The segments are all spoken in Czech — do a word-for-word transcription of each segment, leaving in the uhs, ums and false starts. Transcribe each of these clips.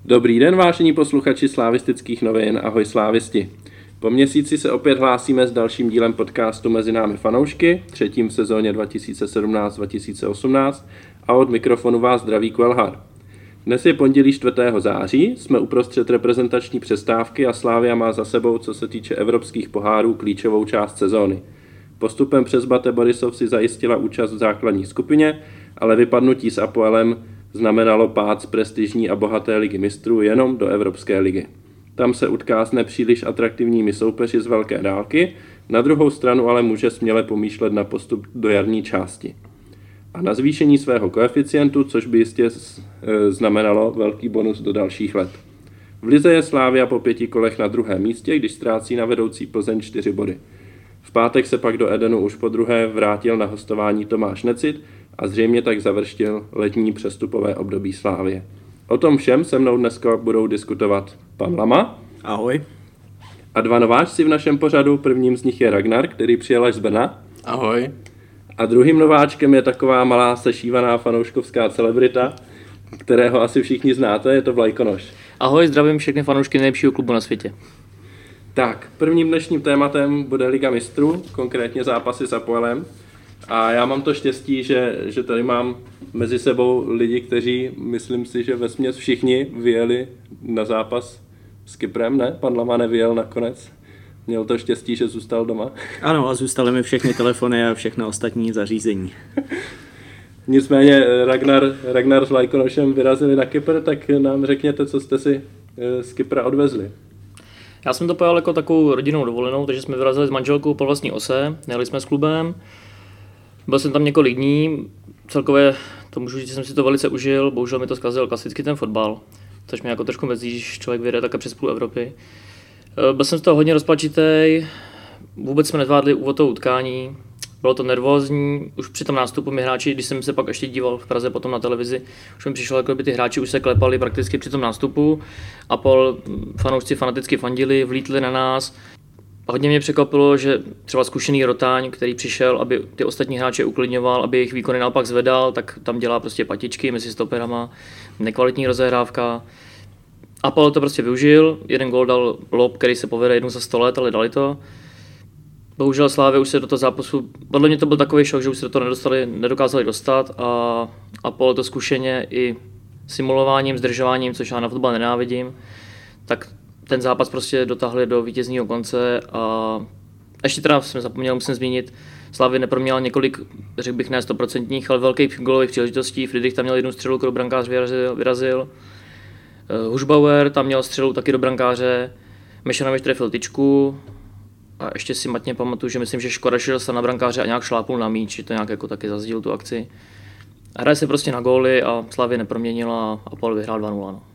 Dobrý den, vážení posluchači slávistických novin, ahoj slávisti. Po měsíci se opět hlásíme s dalším dílem podcastu Mezi námi fanoušky, třetím v sezóně dva tisíce sedmnáct dva tisíce osmnáct a od mikrofonu vás zdraví Kuelhar. Dnes je pondělí čtvrtého září, jsme uprostřed reprezentační přestávky a Slavia má za sebou, co se týče evropských pohárů, klíčovou část sezóny. Postupem přes Bate Borisov si zajistila účast v základní skupině, ale vypadnutí s Apoelem znamenalo pád z prestižní a bohaté ligy mistrů jenom do Evropské ligy. Tam se utká s nepříliš atraktivními soupeři z velké dálky, na druhou stranu ale může směle pomýšlet na postup do jarní části. A na zvýšení svého koeficientu, což by jistě znamenalo velký bonus do dalších let. V lize je Slavia po pěti kolech na druhém místě, když ztrácí na vedoucí Plzeň čtyři body. V pátek se pak do Edenu už po druhé vrátil na hostování Tomáš Necit a zřejmě tak završtil letní přestupové období Slavie. O tom všem se mnou dneska budou diskutovat pan Lama. Ahoj. A dva nováčci v našem pořadu, prvním z nich je Ragnar, který přijel až z Brna. Ahoj. A druhým nováčkem je taková malá sešívaná fanouškovská celebrita, kterého asi všichni znáte, je to Vlajkonoš. Ahoj, zdravím všechny fanoušky nejlepšího klubu na světě. Tak, prvním dnešním tématem bude Liga mistrů, konkrétně zápasy s Apoelem. A já mám to štěstí, že, že tady mám mezi sebou lidi, kteří, myslím si, že vesměs všichni vyjeli na zápas s Kyprem, ne? Pan Lama nevyjel nakonec. Měl to štěstí, že zůstal doma. Ano, a zůstaly mi všechny telefony a všechno ostatní zařízení. Nicméně Ragnar, Ragnar s Vlajkonošem vyrazili na Kypr, tak nám řekněte, co jste si z Kypra odvezli. Já jsem to pojal jako takovou rodinnou dovolenou, takže jsme vyrazili s manželkou po vlastní ose, nejeli jsme s klubem. Byl jsem tam několik dní, celkově to můžu říct, že jsem si to velice užil, bohužel mi to zkazil klasicky ten fotbal, což mě jako trošku mrzí, když člověk vyjede také přes půl Evropy. Byl jsem z toho hodně rozpačitej, vůbec jsme nezvládli úvod toho utkání, bylo to nervózní, už při tom nástupu mi hráči, když jsem se pak ještě díval v Praze potom na televizi, už mi přišlo, jako by ty hráči už se klepali prakticky při tom nástupu a pol fanoušci fanaticky fandili, vlítli na nás. A hodně mě překvapilo, že třeba zkušený Rotáň, který přišel, aby ty ostatní hráče uklidňoval, aby jejich výkony naopak zvedal, tak tam dělá prostě patičky mezi stoperama, nekvalitní rozehrávka. Apol to prostě využil, jeden gól dal lob, který se povede jednou za sto let, ale dali to. Bohužel Slavia už se do toho zápasu, podle mě to byl takový šok, že už se do toho nedostali, nedokázali dostat a Apol to zkušeně i simulováním, zdržováním, což já na fotbal nenávidím, tak ten zápas prostě dotáhli do vítězního konce a ještě teda jsem zapomněl, musím zmínit, Slavia neproměla několik, řekl bych ne stoprocentních, ale velkých gólových příležitostí. Friedrich tam měl jednu střelu, kterou brankář vyrazil, vyrazil. Hušbauer tam měl střelu taky do brankáře, Mešanovič trefil tyčku a ještě si matně pamatuju, že myslím, že Škoda šel se na brankáře a nějak šlápnul na míč, že to nějak jako taky zazdíl tu akci. Hraje se prostě na góly a Slavia neproměnila a Apol vyhrál dva nula. No.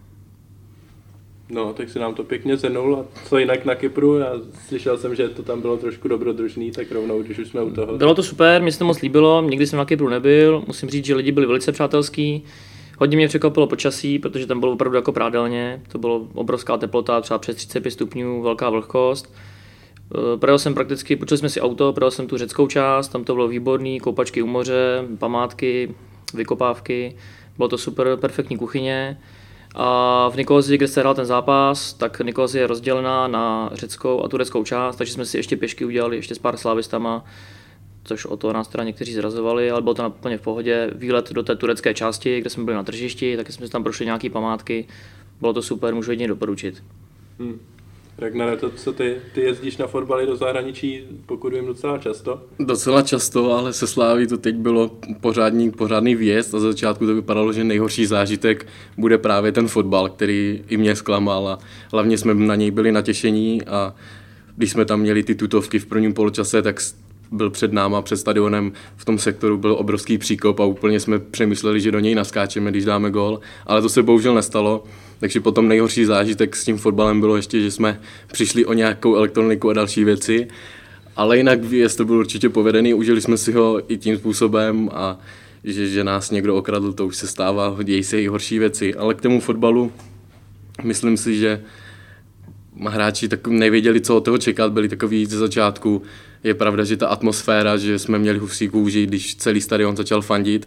No, tak si nám to pěkně zhrnul. A co jinak na Kypru? Já slyšel jsem, že to tam bylo trošku dobrodružný, tak rovnou, když už jsme u toho. Bylo to super, mně se to moc líbilo, nikdy jsem na Kypru nebyl, musím říct, že lidi byli velice přátelský. Hodně mě překvapilo počasí, protože tam bylo opravdu jako prádelně, to bylo obrovská teplota, třeba přes třicet pět stupňů, velká vlhkost. Projel jsem prakticky, počuli jsme si auto, projel jsem tu řeckou část, tam to bylo výborný, koupačky u moře, památky, vykopávky, bylo to super, perfektní kuchyně. A v Nikózii, kde se hrál ten zápas, tak Nikózie je rozdělená na řeckou a tureckou část, takže jsme si ještě pěšky udělali ještě s pár slávistama, což o to nás teda někteří zrazovali, ale bylo to úplně v pohodě. Výlet do té turecké části, kde jsme byli na tržišti, tak jsme si tam prošli nějaké památky, bylo to super, můžu jedině doporučit. Hmm. Ragnare, to, co ty, ty jezdíš na fotbaly do zahraničí, pokud vím, docela často? Docela často, ale se Slaví to teď bylo pořádný, pořádný výjezd a za začátku to vypadalo, že nejhorší zážitek bude právě ten fotbal, který i mě zklamal a hlavně jsme na něj byli natěšení a když jsme tam měli ty tutovky v prvním poločase, tak byl před náma, před stadionem, v tom sektoru byl obrovský příkop a úplně jsme přemýšleli, že do něj naskáčeme, když dáme gól, ale to se bohužel nestalo. Takže potom nejhorší zážitek s tím fotbalem bylo ještě, že jsme přišli o nějakou elektroniku a další věci, ale jinak výjezd to byl určitě povedený, užili jsme si ho i tím způsobem a že, že nás někdo okradl, to už se stává, dějí se i horší věci, ale k tomu fotbalu myslím si, že hráči tak nevěděli, co od toho čekat, byli takový ze začátku. Je pravda, že ta atmosféra, že jsme měli husí kůži, když celý stadion začal fandit,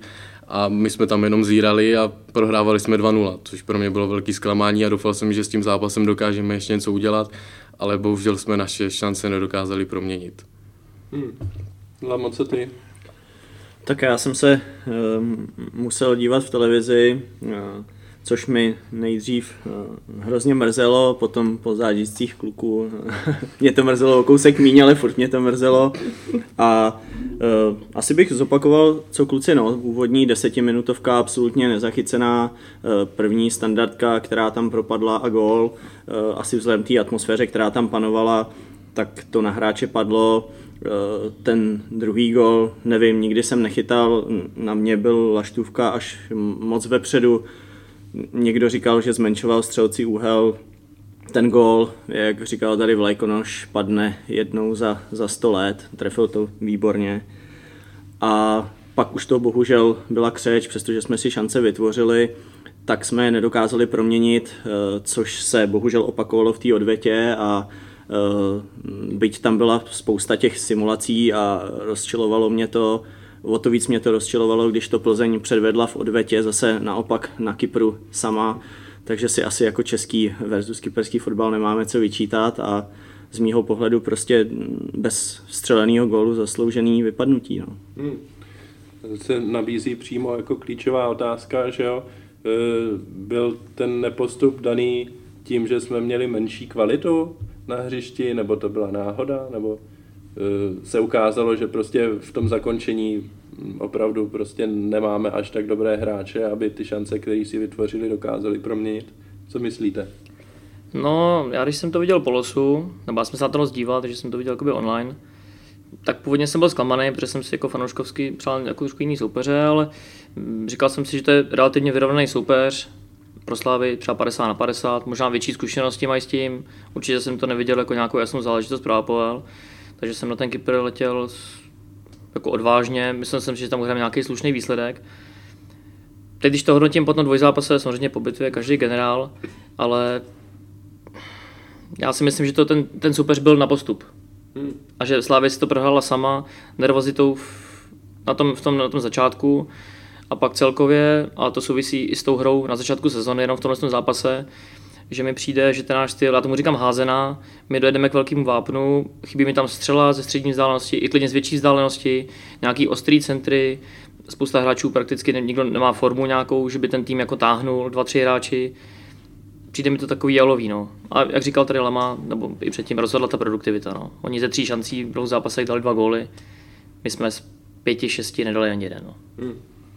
a my jsme tam jenom zírali a prohrávali jsme dva nula, což pro mě bylo velký zklamání a doufal jsem, že s tím zápasem dokážeme ještě něco udělat, ale bohužel jsme naše šance nedokázali proměnit. Hmm. Lamo, co ty? Tak já jsem se um, musel dívat v televizi, uh, což mi nejdřív uh, hrozně mrzelo, potom po zážitcích kluků mě to mrzelo o kousek míň, ale furt mě to mrzelo. A uh, asi bych zopakoval, co kluci, no, úvodní desetiminutovka, absolutně nezachycená, uh, první standardka, která tam propadla a gól, uh, asi vzhledem té atmosféře, která tam panovala, tak to na hráče padlo. Ten druhý gol, nevím, nikdy jsem nechytal, na mě byl laštůvka až moc vepředu. Někdo říkal, že zmenšoval střelcí úhel. Ten gol, jak říkal tady Vlajkonoš, padne jednou za, za sto let, trefil to výborně. A pak už to bohužel byla křeč, přestože jsme si šance vytvořili, tak jsme je nedokázali proměnit, což se bohužel opakovalo v té odvětě a byť tam byla spousta těch simulací a rozčilovalo mě to, o to víc mě to rozčilovalo, když to Plzeň předvedla v odvetě zase naopak na Kypru sama, takže si asi jako český versus kyperský fotbal nemáme co vyčítat a z mýho pohledu prostě bez vstřeleného gólu zasloužený vypadnutí. No. Hmm. To se nabízí přímo jako klíčová otázka, že jo? Byl ten nepostup daný tím, že jsme měli menší kvalitu na hřišti, nebo to byla náhoda, nebo uh, se ukázalo, že prostě v tom zakončení opravdu prostě nemáme až tak dobré hráče, aby ty šance, které si vytvořili, dokázali proměnit. Co myslíte? No, já když jsem to viděl po losu, nebo já jsem se na to moc díval, takže jsem to viděl jakoby online, tak původně jsem byl zklamaný, protože jsem si jako fanouškovský přál jako trošku jiný soupeře, ale říkal jsem si, že to je relativně vyrovnaný soupeř, pro Slávy třeba padesát na padesát, možná větší zkušenosti mají s tím, určitě jsem to neviděl jako nějakou jasnou záležitost pro Apoel, takže jsem na ten Kypr letěl jako odvážně, myslel jsem si, že tam uhrám nějaký slušný výsledek. Teď když to hodnotím po tom dvojzápase, samozřejmě po bitvě každý generál, ale já si myslím, že to ten, ten soupeř byl na postup. Hmm. A že Slávy si to prohrála sama nervozitou na tom, v tom, na tom začátku. A pak celkově, a to souvisí i s tou hrou na začátku sezony, jenom v tomhle zápase, že mi přijde, že ten náš styl, já tomu říkám házená, my dojedeme k velkému vápnu, chybí mi tam střela ze střední vzdálenosti, i klidně z větší vzdálenosti, nějaký ostrý centry, spousta hráčů prakticky nikdo nemá formu nějakou, že by ten tým jako táhnul, dva, tři hráči. Přijde mi to takový jalový, no. A jak říkal tady Lama, nebo i předtím rozhodla ta produktivita, no. Oni ze tří šancí v dvou zápasech dali dva góly, my jsme z pěti, šesti nedali ani jeden, no. Hmm.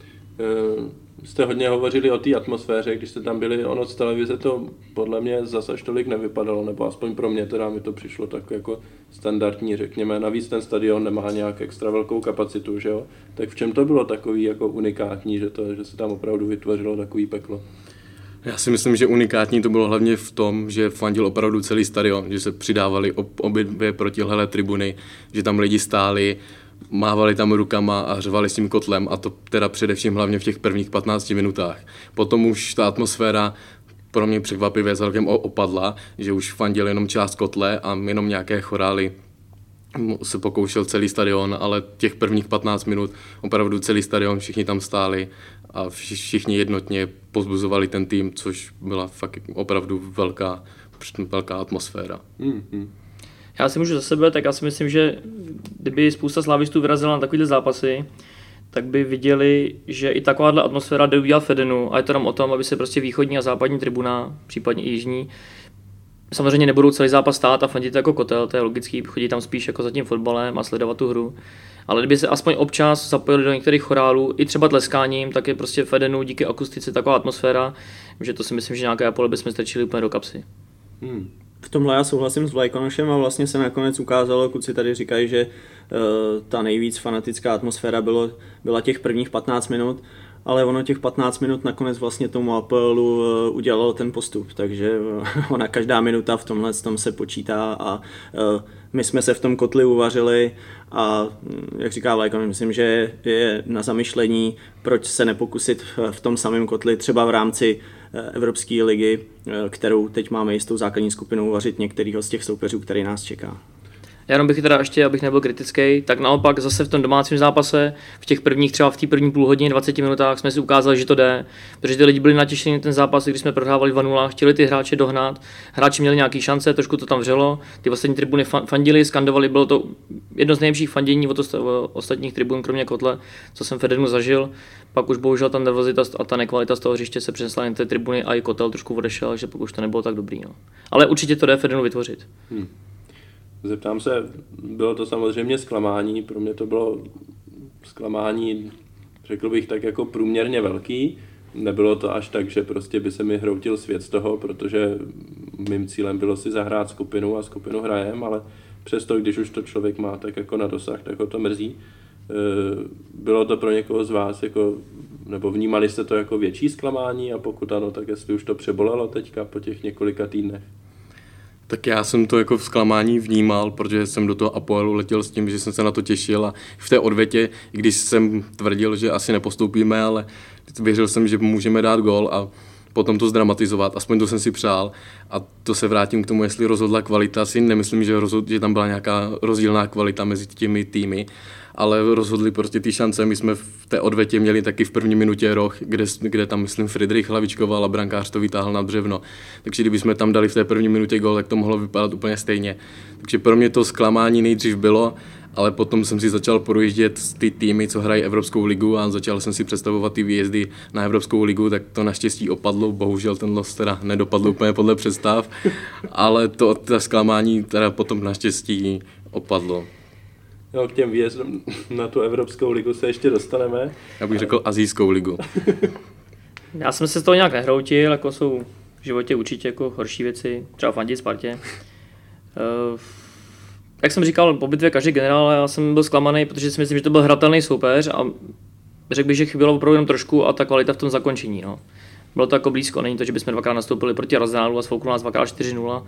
E, jste hodně hovořili o té atmosféře, když jste tam byli, ono z televize to podle mě zase až tolik nevypadalo, nebo aspoň pro mě teda mi to přišlo tak jako standardní, řekněme. Navíc ten stadion nemá nějak extra velkou kapacitu, že jo? Tak v čem to bylo takový jako unikátní, že, to, že se tam opravdu vytvořilo takový peklo? Já si myslím, že unikátní to bylo hlavně v tom, že fandil opravdu celý stadion, že se přidávali ob, obě dvě protilehlé tribuny, že tam lidi stáli, mávali tam rukama a řvali s tím kotlem, a to teda především hlavně v těch prvních patnácti minutách. Potom už ta atmosféra pro mě překvapivě celkem opadla, že už fandil jenom část kotle a jenom nějaké chorály se pokoušel celý stadion, ale těch prvních patnáct minut opravdu celý stadion, všichni tam stáli a všichni jednotně pozbuzovali ten tým, což byla fakt opravdu velká, velká atmosféra. Mm-hmm. Já si můžu za sebe, tak já si myslím, že kdyby spousta slávistů vyrazila na takovýhle zápasy, tak by viděli, že i takováhle atmosféra jde udělat Fedenu a je to jenom o tom, aby se prostě východní a západní tribuna, případně i jižní, samozřejmě nebudou celý zápas stát a fandit jako kotel, to je logický, chodí tam spíš jako za tím fotbalem a sledovat tu hru. Ale kdyby se aspoň občas zapojili do některých chorálů, i třeba tleskáním, tak je prostě Fedenu díky akustice taková atmosféra, že to si myslím, že nějaké Apole bychom strčili úplně do kapsy. Hmm. V tomhle já souhlasím s Vlajkonošem a vlastně se nakonec ukázalo, kluci tady říkají, že uh, ta nejvíc fanatická atmosféra bylo, byla těch prvních patnáct minut, ale ono těch patnáct minut nakonec vlastně tomu Apelu uh, udělalo ten postup, takže uh, ona každá minuta v tomhle tom se počítá a uh, my jsme se v tom kotli uvařili a jak říká Vlajkonoš, myslím, že je na zamyšlení, proč se nepokusit v tom samém kotli třeba v rámci Evropské ligy, kterou teď máme jistou základní skupinou, uvařit některého z těch soupeřů, který nás čeká. Já jenom bych teda ještě, abych nebyl kritický, tak naopak zase v tom domácím zápase, v těch prvních třeba v té první půl hodině, dvacet minutách jsme si ukázali, že to jde, protože ty lidi byli natěšení ten zápas, když jsme prohrávali dva nula, chtěli ty hráče dohnat, hráči měli nějaké šance, trošku to tam vřelo, ty ostatní tribuny fandili, skandovali, bylo to jedno z nejlepších fandění od ostatních tribun, kromě kotle, co jsem v Edenu zažil. Pak už bohužel ta nervozita a ta nekvalita z toho hřiště se přenesla jen té tribuny a i kotel trošku odešel, že pokud to nebylo tak dobrý. No. Ale určitě to jde v Edenu vytvořit. Hmm. Zeptám se, bylo to samozřejmě zklamání, pro mě to bylo zklamání, řekl bych tak jako průměrně velký. Nebylo to až tak, že prostě by se mi hroutil svět z toho, protože mým cílem bylo si zahrát skupinu a skupinu hrajem, ale přesto, když už to člověk má tak jako na dosah, tak ho to mrzí. Bylo to pro někoho z vás, jako, nebo vnímali jste to jako větší zklamání a pokud ano, tak jestli už to přebolelo teďka po těch několika týdnech? Tak já jsem to jako zklamání vnímal, protože jsem do toho Apoelu letěl s tím, že jsem se na to těšil a v té odvětě, i když jsem tvrdil, že asi nepostoupíme, ale věřil jsem, že můžeme dát gól a potom to zdramatizovat, aspoň to jsem si přál a to se vrátím k tomu, jestli rozhodla kvalita, si nemyslím, že, rozhod, že tam byla nějaká rozdílná kvalita mezi těmi týmy, ale rozhodli prostě ty šance. My jsme v té odvetě měli taky v první minutě roh, kde, kde tam, myslím, Friedrich hlavičkoval a brankář to vytáhl na břevno. Takže kdybychom tam dali v té první minutě gól, tak to mohlo vypadat úplně stejně. Takže pro mě to zklamání nejdřív bylo, ale potom jsem si začal projíždět ty týmy, co hrají Evropskou ligu a začal jsem si představovat ty výjezdy na Evropskou ligu, tak to naštěstí opadlo, bohužel ten los teda nedopadl úplně podle představ, ale to, to zklamání teda potom naštěstí opadlo. No, k těm výjezdům na tu Evropskou ligu se ještě dostaneme. Já bych řekl Asijskou ligu. Já jsem se z toho nějak nehroutil, jako jsou v životě určitě jako horší věci, třeba fandit Spartě. Uh, jak jsem říkal, po bitvě každý generál, já jsem byl zklamaný, protože si myslím, že to byl hratelný soupeř a řekl bych, že chybělo opravdu jenom trošku a ta kvalita v tom zakončení. No. Bylo to jako blízko, není to, že bychom dvakrát nastoupili proti Arsenalu a sfouknul nás dvakrát čtyři nula.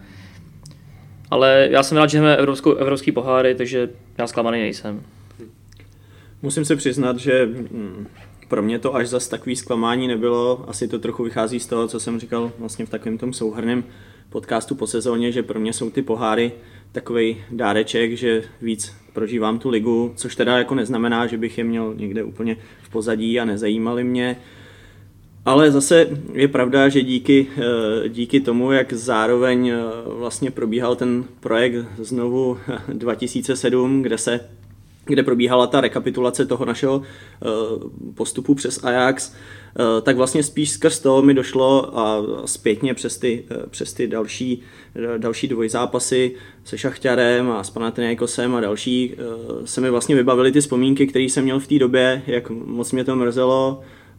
Ale já jsem rád, že máme evropskou, evropský poháry, takže já zklamaný nejsem. Musím se přiznat, že pro mě to až zas takový zklamání nebylo. Asi to trochu vychází z toho, co jsem říkal vlastně v takovém tom souhrnném podcastu po sezóně, že pro mě jsou ty poháry takovej dáreček, že víc prožívám tu ligu, což teda jako neznamená, že bych je měl někde úplně v pozadí a nezajímali mě. Ale zase je pravda, že díky, díky tomu, jak zároveň vlastně probíhal ten projekt znovu dva tisíce sedm, kde se kde probíhala ta rekapitulace toho našeho postupu přes Ajax, tak vlastně spíš skrz toho mi došlo a zpětně přes ty, přes ty další, další dvojzápasy se Šachťarem a s Panathinaikosem a další se mi vlastně vybavily ty vzpomínky, které jsem měl v té době, jak moc mě to mrzelo.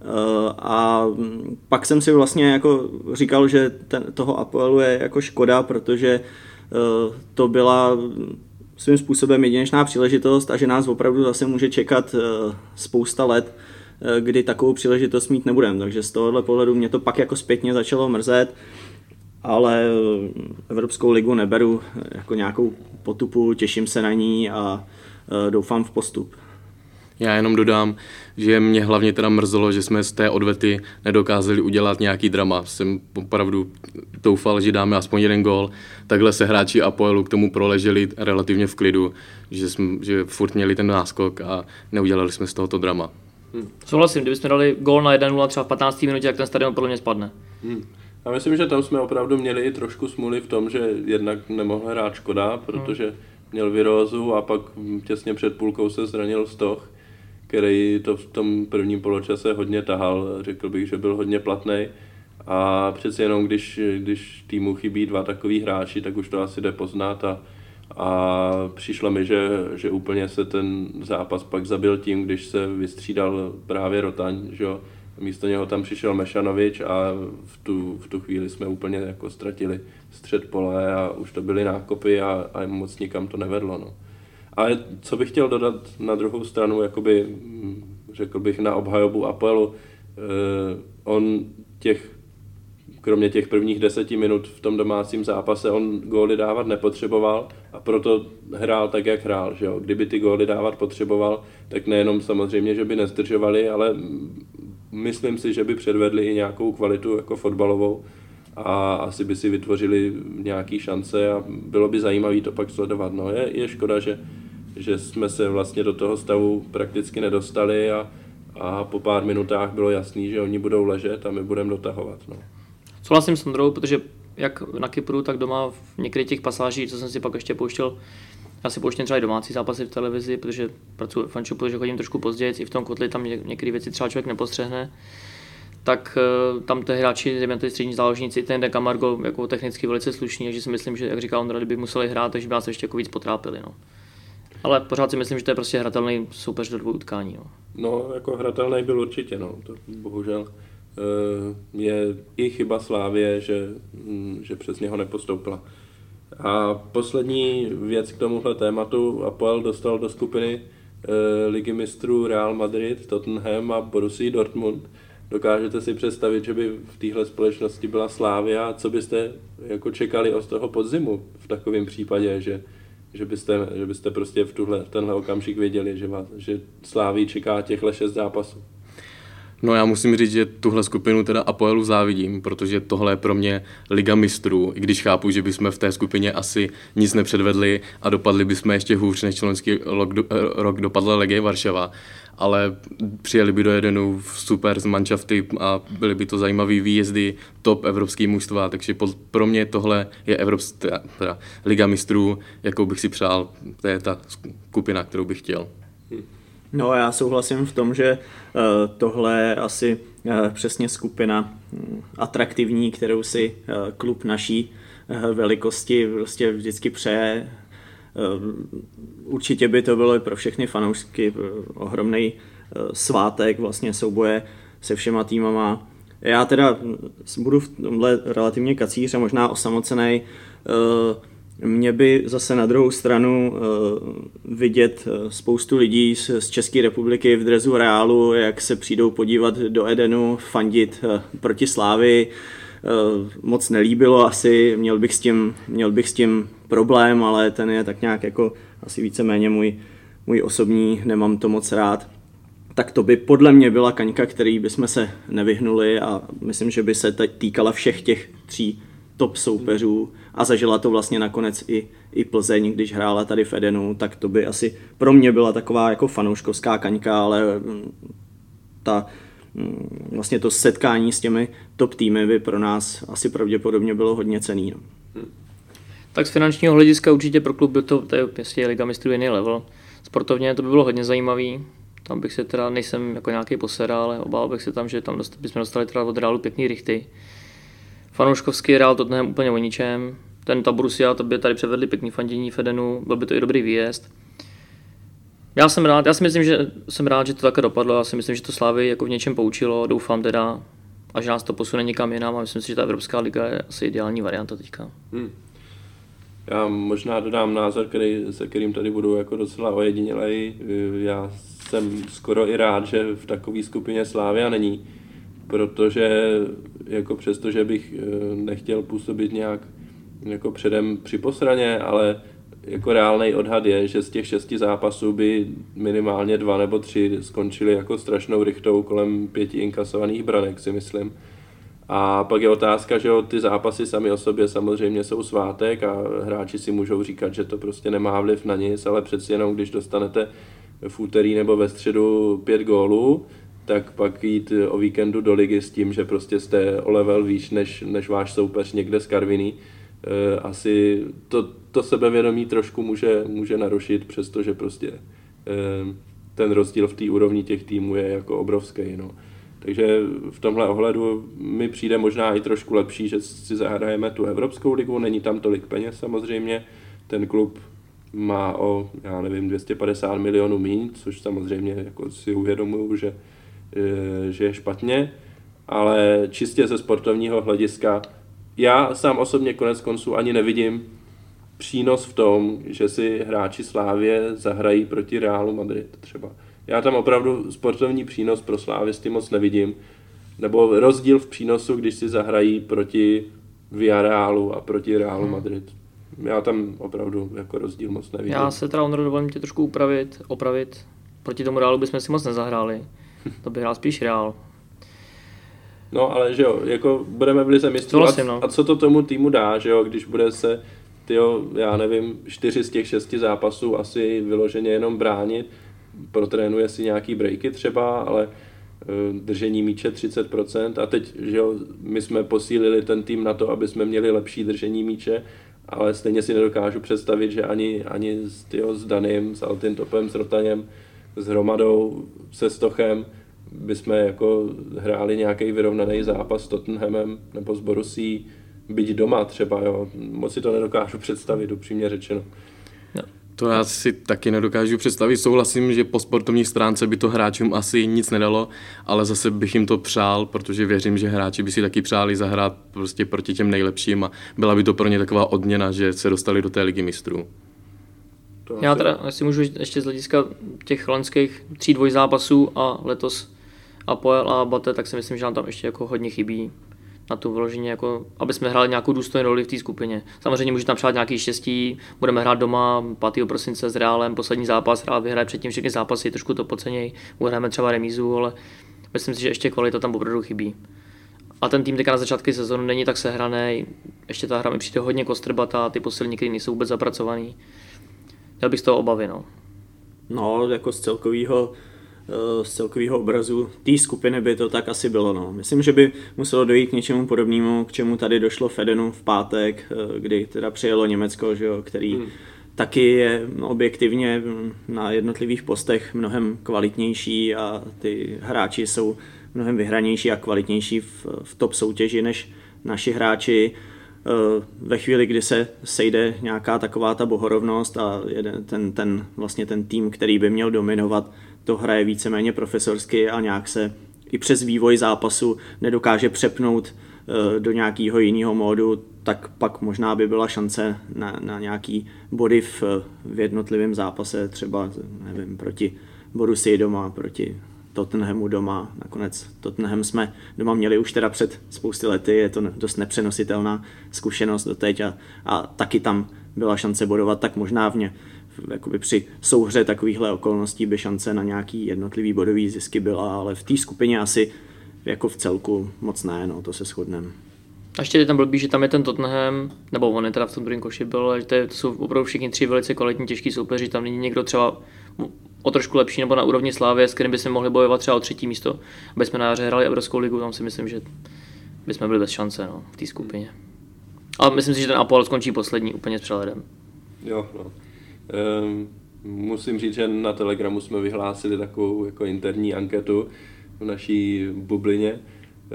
A pak jsem si vlastně jako říkal, že ten, toho Apoelu je jako škoda, protože to byla svým způsobem jedinečná příležitost a že nás opravdu zase může čekat spousta let, kdy takovou příležitost mít nebudeme. Takže z tohohle pohledu mě to pak jako zpětně začalo mrzet, ale Evropskou ligu neberu jako nějakou potupu, těším se na ní a doufám v postup. Já jenom dodám, že mě hlavně teda mrzelo, že jsme z té odvety nedokázali udělat nějaký drama. Jsem opravdu doufal, že dáme aspoň jeden gól. Takhle se hráči Apoelu k tomu proleželi relativně v klidu, že, jsme, že furt měli ten náskok a neudělali jsme z tohoto drama. Hmm. Souhlasím, kdybychom dali gól na jedna nula třeba v patnácté minutě, jak ten stadion podle mě spadne. Hmm. Já myslím, že tam jsme opravdu měli i trošku smůly v tom, že jednak nemohl hrát Škoda, protože měl virózu a pak těsně před půlkou se zranil Stoch, který to v tom prvním poločase hodně tahal, řekl bych, že byl hodně platnej. A přeci jenom, když, když týmu chybí dva takový hráči, tak už to asi jde poznat a, a přišlo mi, že, že úplně se ten zápas pak zabil tím, když se vystřídal právě Rotaň, že jo. Místo něho tam přišel Mešanovič a v tu, v tu chvíli jsme úplně jako ztratili střed pole a už to byly nákopy a, a moc nikam to nevedlo. No. Ale co bych chtěl dodat na druhou stranu, jakoby, řekl bych na obhajobu Apoelu, eh, on těch, kromě těch prvních deseti minut v tom domácím zápase, on góly dávat nepotřeboval a proto hrál tak, jak hrál. Že jo? Kdyby ty góly dávat potřeboval, tak nejenom samozřejmě, že by nezdržovali, ale myslím si, že by předvedli i nějakou kvalitu jako fotbalovou a asi by si vytvořili nějaké šance a bylo by zajímavé to pak sledovat. No, je, je škoda, že, že jsme se vlastně do toho stavu prakticky nedostali a, a po pár minutách bylo jasný, že oni budou ležet a my budeme dotahovat. No. Souhlasím s Ondrou, protože jak na Kypru, tak doma v některých těch pasážích, co jsem si pak ještě pouštěl, já si pouštím třeba i domácí zápasy v televizi, protože pracuji v fanshopu, protože chodím trošku později, i v tom kotli tam některé věci třeba člověk nepostřehne, tak tam ty hráči, zejména ty střední záložníci, ten De Camargo jako technicky velice slušný, takže si myslím, že jak říkal Ondra, kdyby museli hrát, takže by nás ještě jako víc potrápili. No. Ale pořád si myslím, že to je prostě hratelný soupeř do dvou utkání. No, no jako hratelný byl určitě, no. To bohužel je i chyba Slávie, že, že přes něho nepostoupila. A poslední věc k tomuhle tématu, Apoel dostal do skupiny e, Ligy mistrů Real Madrid, Tottenham a Borussia Dortmund. Dokážete si představit, že by v téhle společnosti byla Slavia? Co byste jako čekali od toho podzimu v takovém případě, že, že, byste, že byste prostě v tuhle, tenhle okamžik věděli, že, vás, že Slavii čeká těchhle šest zápasů? No já musím říct, že tuhle skupinu teda Apoelu závidím, protože tohle je pro mě Liga mistrů, i když chápu, že bychom v té skupině asi nic nepředvedli a dopadli bychom ještě hůř, než členský rok dopadla Legie Varšava, ale přijeli by do Edenu super z manšafty a byly by to zajímavý výjezdy top evropský mužstva, takže pro mě tohle je Evropská teda Liga mistrů, jakou bych si přál, to je ta skupina, kterou bych chtěl. No já souhlasím v tom, že tohle je asi přesně skupina atraktivní, kterou si klub naší velikosti prostě vždycky přeje. Určitě by to bylo pro všechny fanoušky ohromný svátek, vlastně souboje se všema týmama. Já teda budu v tomhle relativně kacíř a možná osamocený. Mě by zase na druhou stranu uh, vidět spoustu lidí z, z České republiky v dresu Reálu, jak se přijdou podívat do Edenu, fandit uh, proti Slávii. Uh, moc nelíbilo asi, měl bych, s tím, měl bych s tím problém, ale ten je tak nějak jako asi víceméně můj, můj osobní, nemám to moc rád. Tak to by podle mě byla kaňka, který bychom se nevyhnuli a myslím, že by se týkala všech těch tří top soupeřů a zažila to vlastně nakonec i, i Plzeň, když hrála tady v Edenu, tak to by asi pro mě byla taková jako fanouškovská kaňka, ale ta, vlastně to setkání s těmi top týmy by pro nás asi pravděpodobně bylo hodně cenný. No. Tak z finančního hlediska určitě pro klub byl to, to je prostě Liga mistrů jiný level. Sportovně to by bylo hodně zajímavý. Tam bych se teda, nejsem jako nějaký posera, ale obával bych se tam, že tam dost, bychom dostali teda od Realu pěkný rychty. Fanouškovský Real Tottenham úplně o ničem. Ten ta Borussia, to by tady převedli pěkný fandění v Edenu, byl by to i dobrý výjezd. Já jsem rád, já si myslím, že jsem rád, že to také dopadlo, já si myslím, že to Slavii jako v něčem poučilo, doufám teda, a že nás to posune někam jinam a myslím si, že ta Evropská liga je asi ideální varianta teďka. Hmm. Já možná dodám názor, který, se kterým tady budu jako docela ojedinělej. Já jsem skoro i rád, že v takové skupině Slavia není, protože jako přesto, že bych nechtěl působit nějak jako předem při posraně, ale jako reálný odhad je, že z těch šesti zápasů by minimálně dva nebo tři skončili jako strašnou rychtou kolem pěti inkasovaných branek, si myslím. A pak je otázka, že ty zápasy sami o sobě samozřejmě jsou svátek a hráči si můžou říkat, že to prostě nemá vliv na nic, ale přeci jenom, když dostanete v úterý nebo ve středu pět gólů, tak pak jít o víkendu do ligy s tím, že prostě jste o level výš než, než váš soupeř někde z Karviní. E, asi to, to sebevědomí trošku může, může narušit, přestože prostě e, ten rozdíl v té úrovni těch týmů je jako obrovský. No. Takže v tomhle ohledu mi přijde možná i trošku lepší, že si zahrajeme tu Evropskou ligu, není tam tolik peněz samozřejmě, ten klub má o, já nevím, dvě stě padesát milionů míň, což samozřejmě jako si uvědomuju, že, že je špatně, ale čistě ze sportovního hlediska já sám osobně konec konců ani nevidím přínos v tom, že si hráči Slávie zahrají proti Realu Madrid třeba. Já tam opravdu sportovní přínos pro slávisty moc nevidím, nebo rozdíl v přínosu, když si zahrají proti Villarealu a proti Realu Madrid. Já tam opravdu jako rozdíl moc nevidím. Já se teda Ondro dovolím tě trošku upravit, opravit. Proti tomu Realu bychom si moc nezahráli. To by hrál spíš Real. No, ale že jo, jako budeme v lize mistrů a, no. a co to tomu týmu dá, že jo, když bude se, tyjo, já nevím, čtyři z těch šesti zápasů asi vyloženě jenom bránit, protrénuje si nějaký breaky třeba, ale uh, držení míče třicet procent a teď, že jo, my jsme posílili ten tým na to, aby jsme měli lepší držení míče, ale stejně si nedokážu představit, že ani, ani s, tyjo, s Danym, s Altintopem, s Rotaněm, s Hromadou, se Stochem bychom jako hráli nějaký vyrovnaný zápas s Tottenhamem nebo s Borussií, byť doma třeba, jo. Moc si to nedokážu představit, upřímně řečeno. No. To já si taky nedokážu představit. Souhlasím, že po sportovní stránce by to hráčům asi nic nedalo, ale zase bych jim to přál, protože věřím, že hráči by si taky přáli zahrát prostě proti těm nejlepším a byla by to pro ně taková odměna, že se dostali do té ligy mistrů. To já teda, jestli můžu ještě z hlediska těch loňských tří dvojzápasů a letos Apoel a Bate, tak si myslím, že nám tam ještě jako hodně chybí na tu vyloženě, jako, aby jsme hráli nějakou důstojnou roli v té skupině. Samozřejmě může tam přát nějaký štěstí, budeme hrát doma pátého prosince s Realem, poslední zápas, Real vyhraje předtím všechny zápasy, trošku to podceněj, uhrajeme třeba remízu, ale myslím si, že ještě kvalita tam opravdu chybí. A ten tým teďka na začátku sezóny není tak sehraný, ještě ta hra mi přijde hodně kostrbatá, ty posilní, které nejsou vůbec zapracovaný. Měl bych z toho obavy, no. No, jako z celkového z celkového obrazu té skupiny by to tak asi bylo. No. Myslím, že by muselo dojít k něčemu podobnému, k čemu tady došlo Fedenu v pátek, kdy teda přijelo Německo, že jo, který hmm. taky je objektivně na jednotlivých postech mnohem kvalitnější a ty hráči jsou mnohem vyhranější a kvalitnější v, v top soutěži než naši hráči. Ve chvíli, kdy se sejde nějaká taková ta bohorovnost a jeden, ten, ten, vlastně ten tým, který by měl dominovat, to hraje víceméně profesorsky a nějak se i přes vývoj zápasu nedokáže přepnout do nějakého jiného módu, tak pak možná by byla šance na, na nějaký body v, v jednotlivém zápase, třeba nevím, proti Borussii doma, proti Tottenhamu doma. Nakonec Tottenham jsme doma měli už teda před spousty lety, je to dost nepřenositelná zkušenost doteď a, a taky tam byla šance bodovat, tak možná v ně, jakoby při souhře takovýchhle okolností by šance na nějaký jednotlivý bodový zisky byla, ale v té skupině asi jako v celku moc ne, no, to se shodneme. A ještě je tam blbý, že tam je ten Tottenham, nebo on je teda v tom druhém koši byl, ale to, je, to jsou opravdu všichni tři velice kvalitní těžký soupeři, tam není někdo třeba o trošku lepší nebo na úrovni Slávie, s kterým bychom mohli bojovat třeba o třetí místo, aby jsme na jaře hráli Evropskou ligu, tam si myslím, že bychom byli bez šance, no, v té skupině. Ale myslím si, že ten Apoel skončí poslední úplně s přehledem. Jo, no. Um, musím říct, že na Telegramu jsme vyhlásili takovou jako interní anketu v naší bublině, uh,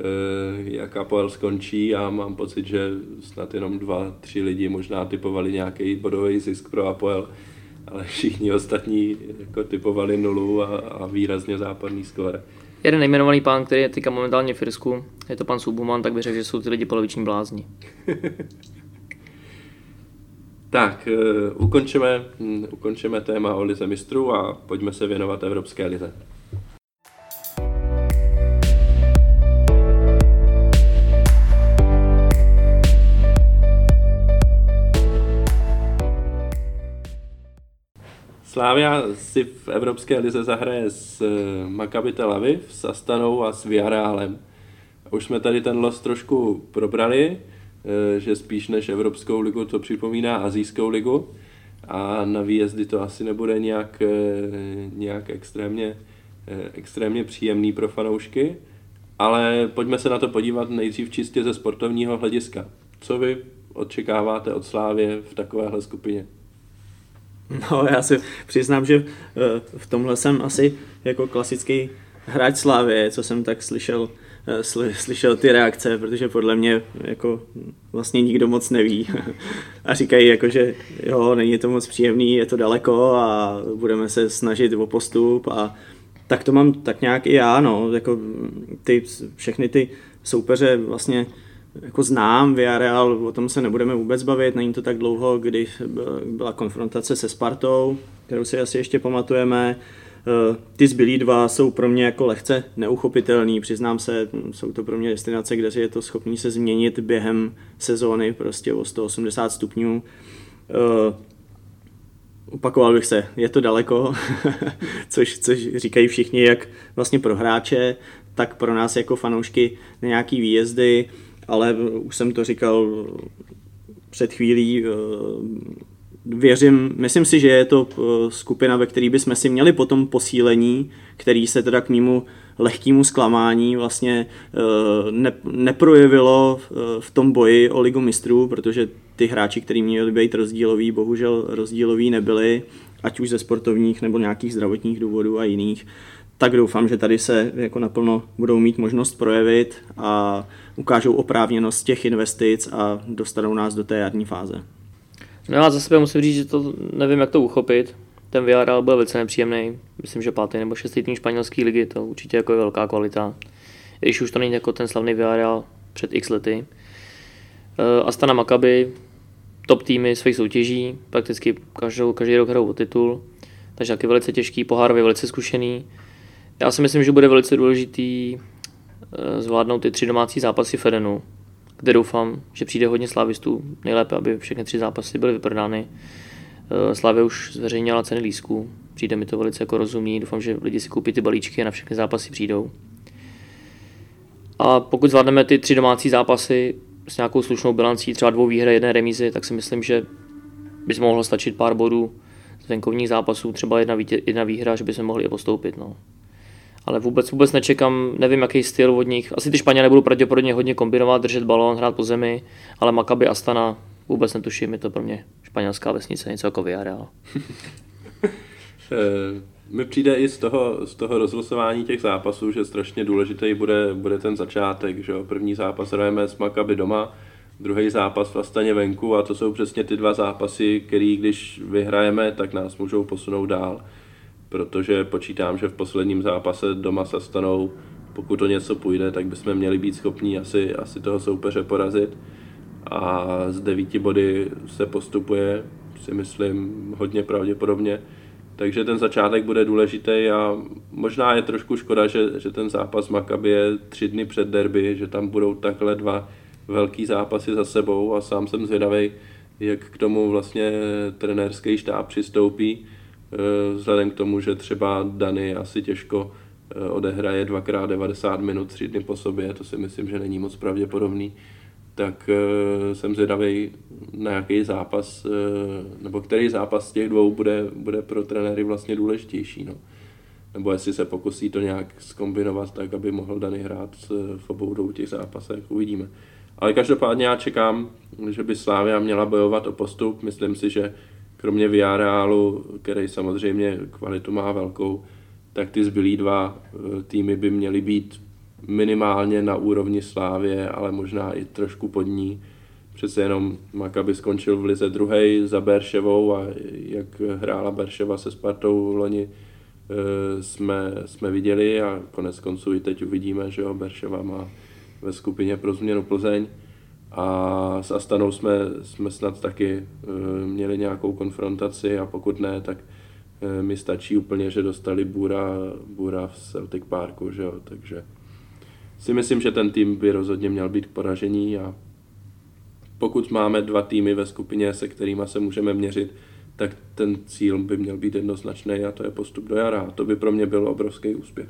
jak Apoel skončí a mám pocit, že snad jenom dva, tři lidi možná typovali nějaký bodový zisk pro Apoel, ale všichni ostatní jako typovali nulu a, a výrazně západný skóre. Jeden nejmenovaný pán, který je teďka momentálně v Irsku, je to pan Subuman, tak bych řekl, že jsou ty lidi poloviční blázni. Tak, uh, ukončeme, um, ukončeme téma o lize mistrů a pojďme se věnovat Evropské lize. Slavia si v Evropské lize zahraje s Maccabi Tel Aviv, s Astanou a s Villarrealem. Už jsme tady ten los trošku probrali, že spíš než Evropskou ligu to připomíná Asijskou ligu a na výjezdy to asi nebude nějak, nějak extrémně, extrémně příjemný pro fanoušky, ale pojďme se na to podívat nejdřív čistě ze sportovního hlediska. Co vy očekáváte od Slavie v takovéhle skupině? No, já si přiznám, že v tomhle jsem asi jako klasický hráč Slavie, co jsem tak slyšel, sly, slyšel ty reakce, protože podle mě jako vlastně nikdo moc neví a říkají jako, že jo, není to moc příjemný, je to daleko a budeme se snažit o postup a tak to mám tak nějak i já, no, jako ty, všechny ty soupeře vlastně jako znám, Villarreal, o tom se nebudeme vůbec bavit, není to tak dlouho, kdy byla konfrontace se Spartou, kterou si asi ještě pamatujeme. Ty zbylí dva jsou pro mě jako lehce neuchopitelný, přiznám se, jsou to pro mě destinace, kde je to schopný se změnit během sezóny prostě o sto osmdesát stupňů. Opakoval bych se, je to daleko, což, což říkají všichni, jak vlastně pro hráče, tak pro nás jako fanoušky na nějaký výjezdy, ale už jsem to říkal před chvílí, věřím, myslím si, že je to skupina, ve které bychom si měli potom posílení, který se teda k mému lehkému zklamání vlastně ne, neprojevilo v tom boji o Ligu mistrů, protože ty hráči, kteří měli být rozdíloví, bohužel rozdíloví nebyli, ať už ze sportovních nebo nějakých zdravotních důvodů a jiných. Tak doufám, že tady se jako naplno budou mít možnost projevit a ukážou oprávněnost těch investic a dostanou nás do té jarní fáze. No já za sebe musím říct, že to nevím, jak to uchopit. Ten V R L byl velice nepříjemný. Myslím, že pátý nebo šestý tým španělské ligy, to určitě jako je velká kvalita. I když už to není jako ten slavný V R L před x lety. Astana Maccabi, top týmy svých soutěží, prakticky každou, každý rok hrajou o titul, takže taky velice těžký, pohárově velice zkušený. Já si myslím, že bude velice důležitý zvládnout ty tři domácí zápasy Fedenu, kde doufám, že přijde hodně slávistů, nejlépe, aby všechny tři zápasy byly vyprodány. Slavia už zveřejnila ceny lístků, přijde mi to velice jako rozumný, doufám, že lidi si koupí ty balíčky a na všechny zápasy přijdou. A pokud zvládneme ty tři domácí zápasy s nějakou slušnou bilancí, třeba dvou výher, jedné remízy, tak si myslím, že by se mohlo stačit pár bodů z venkovních zápasů, třeba jedna, vítě, jedna výhra, že by se mohli i postoupit. No. Ale vůbec, vůbec nečekám, nevím, jaký styl od nich. Asi ty Španělé budou pravděpodobně hodně kombinovat, držet balón, hrát po zemi, ale Maccabi Astana vůbec netuším, je to pro mě španělská vesnice, něco jako V R L. Mi přijde i z toho, z toho rozlosování těch zápasů, že strašně důležitý bude, bude ten začátek. Že jo? První zápas hrajeme s Maccabi doma, druhý zápas v Astaně venku a to jsou přesně ty dva zápasy, který když vyhrajeme, tak nás můžou posunout dál. Protože počítám, že v posledním zápase doma s Astanou, pokud to něco půjde, tak bychom měli být schopní asi, asi toho soupeře porazit. A z devíti body se postupuje, si myslím, hodně pravděpodobně. Takže ten začátek bude důležitý a možná je trošku škoda, že, že ten zápas Maccabi je tři dny před derby, že tam budou takhle dva velký zápasy za sebou a sám jsem zvědavý, jak k tomu vlastně trenérský štáb přistoupí. Vzhledem k tomu, že třeba Dani asi těžko odehraje dvakrát devadesát minut tři dny po sobě, to si myslím, že není moc pravděpodobný. Tak uh, jsem zvědavý, na jaký zápas, uh, nebo který zápas z těch dvou bude, bude pro trenéry vlastně důležitější. No. Nebo jestli se pokusí to nějak zkombinovat tak, aby mohl Dani hrát v obou dvou těch zápasech, uvidíme. Ale každopádně já čekám, že by Slavia měla bojovat o postup. Myslím si, že kromě Villarealu, který samozřejmě kvalitu má velkou, tak ty zbylý dva týmy by měly být minimálně na úrovni Slávie, ale možná i trošku pod ní. Přece jenom Maccabi skončil v lize druhej za Berševou a jak hrála Berševa se Spartou loni, jsme, jsme viděli a konec konců i teď uvidíme, že jo, Berševa má ve skupině pro změnu Plzeň a s Astanou jsme, jsme snad taky měli nějakou konfrontaci a pokud ne, tak mi stačí úplně, že dostali Bůra, Bůra v Celtic Parku, že jo, takže si myslím, že ten tým by rozhodně měl být k poražení a pokud máme dva týmy ve skupině, se kterými se můžeme měřit, tak ten cíl by měl být jednoznačný a to je postup do jara. A to by pro mě byl obrovský úspěch.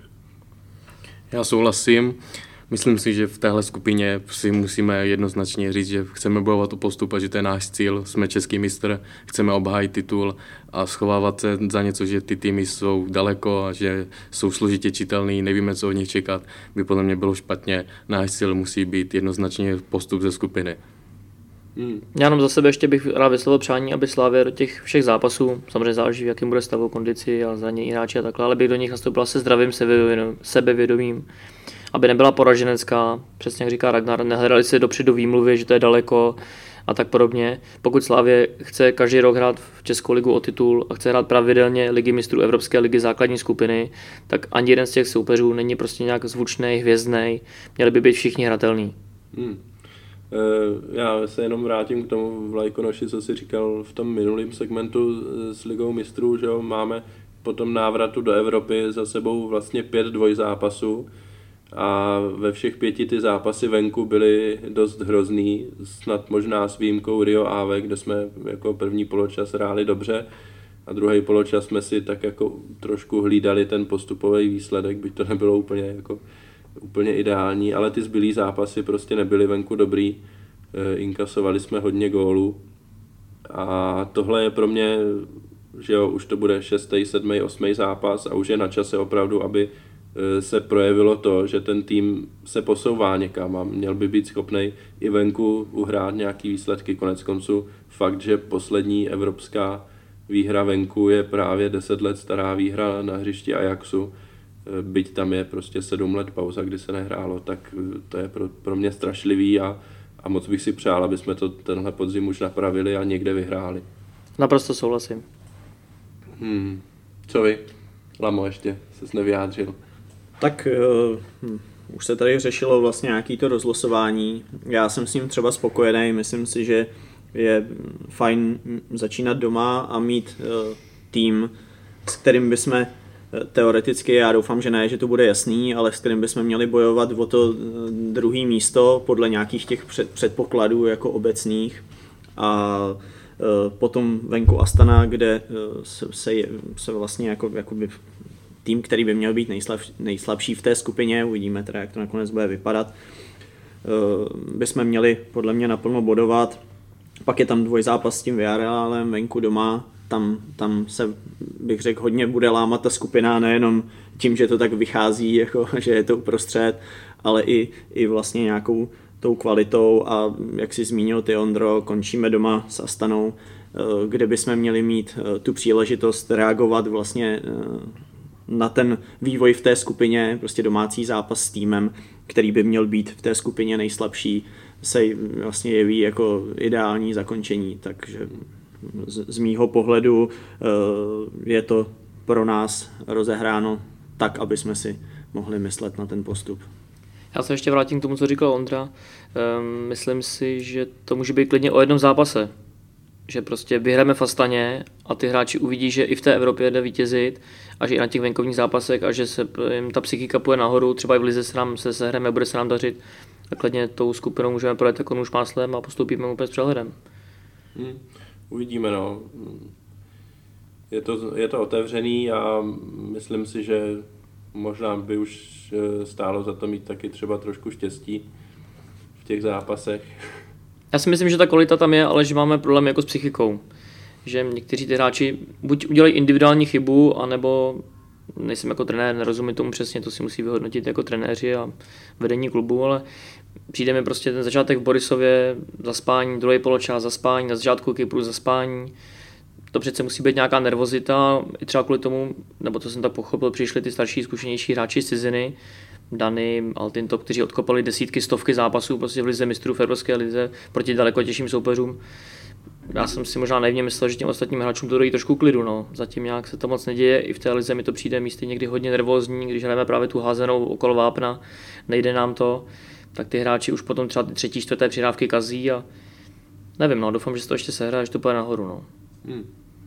Já souhlasím. Myslím si, že v téhle skupině si musíme jednoznačně říct, že chceme bojovat o postup a že to je náš cíl. Jsme český mistr, chceme obhájit titul a schovávat se za něco, že ty týmy jsou daleko a že jsou složitě čitelný, nevíme, co od nich čekat, by podle mě bylo špatně. Náš cíl musí být jednoznačně postup ze skupiny. Hmm. Já jenom za sebe ještě bych rád vyslovil přání, aby Slavia do těch všech zápasů, samozřejmě záleží, v jakým bude stavu kondici a za něj hráči a takhle, ale bych do nich nastoupila se zdravým sebevědomím, aby nebyla poraženecká, přesně jak říká Ragnar, nehledali si dopředu výmluvy, že to je daleko a tak podobně. Pokud Slavia chce každý rok hrát v Českou ligu o titul a chce hrát pravidelně ligy mistrů Evropské ligy základní skupiny, tak ani jeden z těch soupeřů není prostě nějak zvučný, hvězdný, měli by být všichni hratelný. Hmm. Já se jenom vrátím k tomu Vlajkonoši, co jsi říkal v tom minulém segmentu s ligou mistrů, že jo, máme po tom návratu do Evropy za sebou vlastně pět dvojzápasů a ve všech pěti ty zápasy venku byly dost hrozný, snad možná s výjimkou Rio Ave, kde jsme jako první poločas hráli dobře a druhý poločas jsme si tak jako trošku hlídali ten postupový výsledek, byť to nebylo úplně jako úplně ideální, ale ty zbylý zápasy prostě nebyly venku dobrý, inkasovali jsme hodně gólů a tohle je pro mě, že jo, už to bude šestý, sedmý, osmý zápas a už je na čase opravdu, aby se projevilo to, že ten tým se posouvá někam a měl by být schopný i venku uhrát nějaký výsledky. Konec konců fakt, že poslední evropská výhra venku je právě deset let stará výhra na hřišti Ajaxu, byť tam je prostě sedm let pauza, kdy se nehrálo, tak to je pro, pro mě strašlivý a, a moc bych si přál, aby jsme to tenhle podzim už napravili a někde vyhráli. Naprosto souhlasím. Hmm. Co vy? Lamo, ještě ses nevyjádřil. Tak uh, už se tady řešilo vlastně nějaký to rozlosování. Já jsem s ním třeba spokojený, myslím si, že je fajn začínat doma a mít uh, tým, s kterým bychom teoreticky, já doufám, že ne, že to bude jasný, ale s kterým bychom měli bojovat o to druhé místo podle nějakých těch před, předpokladů jako obecných. A uh, potom venku Astana, kde uh, se, se, se vlastně jako, jakoby tým, který by měl být nejslab, nejslabší v té skupině, uvidíme teda, jak to nakonec bude vypadat, uh, bychom měli podle mě naplno bodovat. Pak je tam dvojzápas s tím Villarrealem venku doma, tam, tam se, bych řekl, hodně bude lámat ta skupina, nejenom tím, že to tak vychází, jako, že je to uprostřed, ale i, i vlastně nějakou tou kvalitou a jak si zmínil ty, Ondro, končíme doma s Astanou, kde bychom měli mít tu příležitost reagovat vlastně na ten vývoj v té skupině, prostě domácí zápas s týmem, který by měl být v té skupině nejslabší, se vlastně jeví jako ideální zakončení, takže z, z mýho pohledu je to pro nás rozehráno tak, aby jsme si mohli myslet na ten postup. Já se ještě vrátím k tomu, co říkal Ondra. Myslím si, že to může být klidně o jednom zápase. Že prostě vyhrajeme v Astaně a ty hráči uvidí, že i v té Evropě jde vítězit a že i na těch venkovních zápasech a že se jim ta psychika půjde nahoru, třeba i v lize se nám se sehreme, bude se nám dařit. A klidně tou skupinou můžeme projet jako nůž máslem a postupíme úplně s přehledem. Hmm, uvidíme, no. Je to, je to otevřený a myslím si, že možná by už stálo za to mít taky třeba trošku štěstí v těch zápasech. Já si myslím, že ta kvalita tam je, ale že máme problém jako s psychikou. Že někteří ty hráči buď udělají individuální chybu, anebo nejsem jako trenér, nerozumím tomu přesně, to si musí vyhodnotit jako trenéři a vedení klubu, ale přijde mi prostě ten začátek v Borisově, zaspání, druhý poločas, zaspání, na začátku Kypru zaspání. To přece musí být nějaká nervozita, i třeba kvůli tomu, nebo to jsem tak pochopil, přišli ty starší, zkušenější hráči z ciziny, Dany, Altintop, kteří odkopali desítky, stovky zápasů prostě v lize mistrů, v Evropské lize proti daleko těžším soupeřům. Já jsem si možná naivně myslel, že těm ostatním hráčům to dojí trošku klidu, no. Zatím nějak se to moc neděje, i v té lize mi to přijde místy někdy hodně nervózní, když hrajeme právě tu házenou okolo vápna, nejde nám to, tak ty hráči už potom třeba ty třetí, čtvrté přihrávky kazí a nevím, no, doufám, že se to ještě sehraje, že to půjde nahoru, no. Hmm.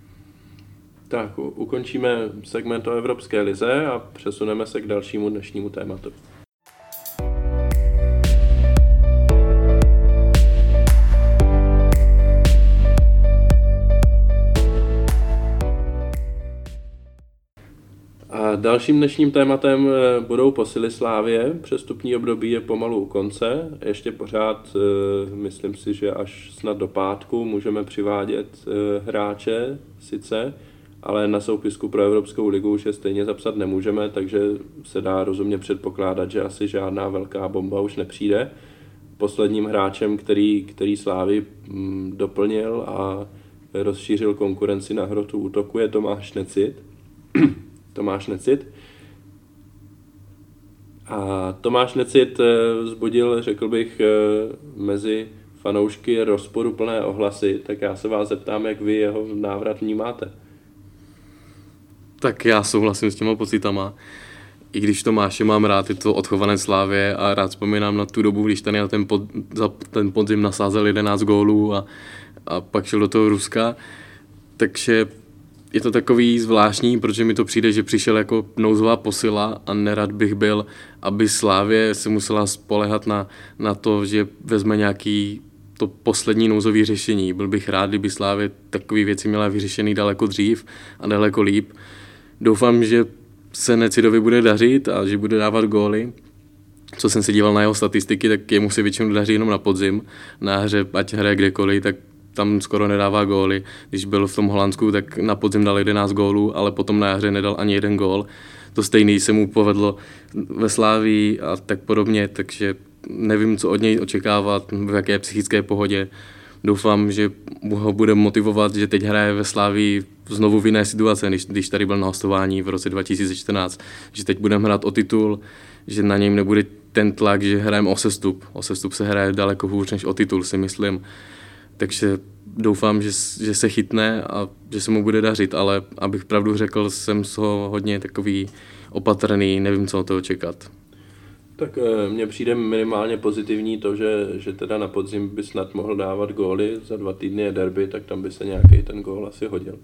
Tak, u- ukončíme segment o Evropské lize a přesuneme se k dalšímu dnešnímu tématu. A dalším dnešním tématem budou posily Slávie. Přestupní období je pomalu u konce. Ještě pořád, myslím si, že až snad do pátku můžeme přivádět hráče sice, ale na soupisku pro Evropskou ligu už je stejně zapsat nemůžeme, takže se dá rozumně předpokládat, že asi žádná velká bomba už nepřijde. Posledním hráčem, který, který Slávy doplnil a rozšířil konkurenci na hrotu útoku, je Tomáš Necit. Tomáš Necit. A Tomáš Necit vzbudil, řekl bych, mezi fanoušky rozporuplné ohlasy, tak já se vás zeptám, jak vy jeho návrat vnímáte. Tak já souhlasím s těma pocitama. I když Tomáše mám rád, je to odchované Slávě a rád vzpomínám na tu dobu, když ten, ten, pod, za ten podzim nasázel jedenáct gólů a, a pak šel do toho Ruska. Takže je to takový zvláštní, protože mi to přijde, že přišel jako nouzová posila a nerad bych byl, aby Slávě se musela spolehat na, na to, že vezme nějaký to poslední nouzové řešení. Byl bych rád, kdyby Slávě takové věci měla vyřešený daleko dřív a daleko líp. Doufám, že se Necidovi bude dařit a že bude dávat góly, co jsem se díval na jeho statistiky, tak jemu se většinou daří jenom na podzim. Na hře, ať hraje kdekoliv, tak tam skoro nedává góly. Když byl v tom Holandsku, tak na podzim dal jedenáct gólů, ale potom na hře nedal ani jeden gól. To stejný se mu povedlo ve Slávii a tak podobně, takže nevím, co od něj očekávat, v jaké psychické pohodě. Doufám, že ho bude motivovat, že teď hraje ve Slávii znovu v jiné situace, než když tady byl na hostování v roce dva tisíce čtrnáct. Že teď budeme hrát o titul, že na něm nebude ten tlak, že hrajeme o sestup. O sestup se hraje daleko hůř než o titul, si myslím. Takže doufám, že, že se chytne a že se mu bude dařit, ale abych pravdu řekl, jsem z toho hodně takový opatrný, nevím, co od toho čekat. Tak mně přijde minimálně pozitivní to, že, že teda na podzim by snad mohl dávat góly, za dva týdny je derby, tak tam by se nějaký ten gól asi hodil.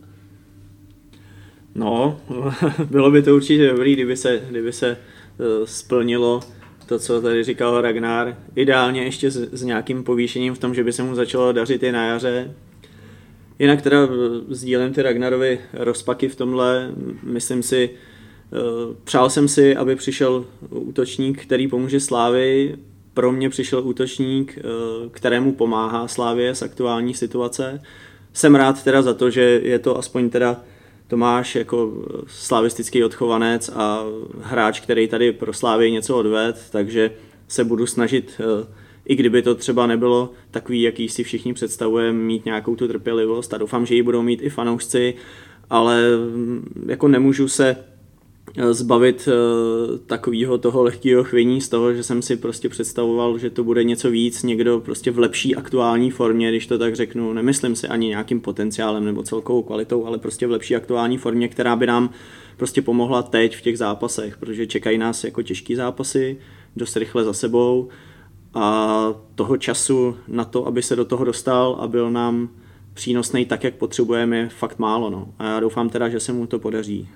No, bylo by to určitě dobrý, kdyby se, kdyby se uh, splnilo to, co tady říkal Ragnar. Ideálně ještě s, s nějakým povýšením v tom, že by se mu začalo dařit i na jaře. Jinak teda sdílím ty Ragnarovy rozpaky v tomhle, myslím si, přál jsem si, aby přišel útočník, který pomůže Slávii. Pro mě přišel útočník, kterému pomáhá Slávie z aktuální situace. Jsem rád teda za to, že je to aspoň teda Tomáš jako slavistický odchovanec a hráč, který tady pro Slávii něco odved, takže se budu snažit, i kdyby to třeba nebylo takový, jaký si všichni představujeme, mít nějakou tu trpělivost a doufám, že ji budou mít i fanoušci, ale jako nemůžu se zbavit uh, takového toho lehkého chvění z toho, že jsem si prostě představoval, že to bude něco víc, někdo prostě v lepší aktuální formě, když to tak řeknu, nemyslím si ani nějakým potenciálem nebo celkovou kvalitou, ale prostě v lepší aktuální formě, která by nám prostě pomohla teď v těch zápasech, protože čekají nás jako těžký zápasy, dost rychle za sebou a toho času na to, aby se do toho dostal a byl nám přínosný tak, jak potřebujeme, je fakt málo. No. A já doufám teda, že se mu to podaří.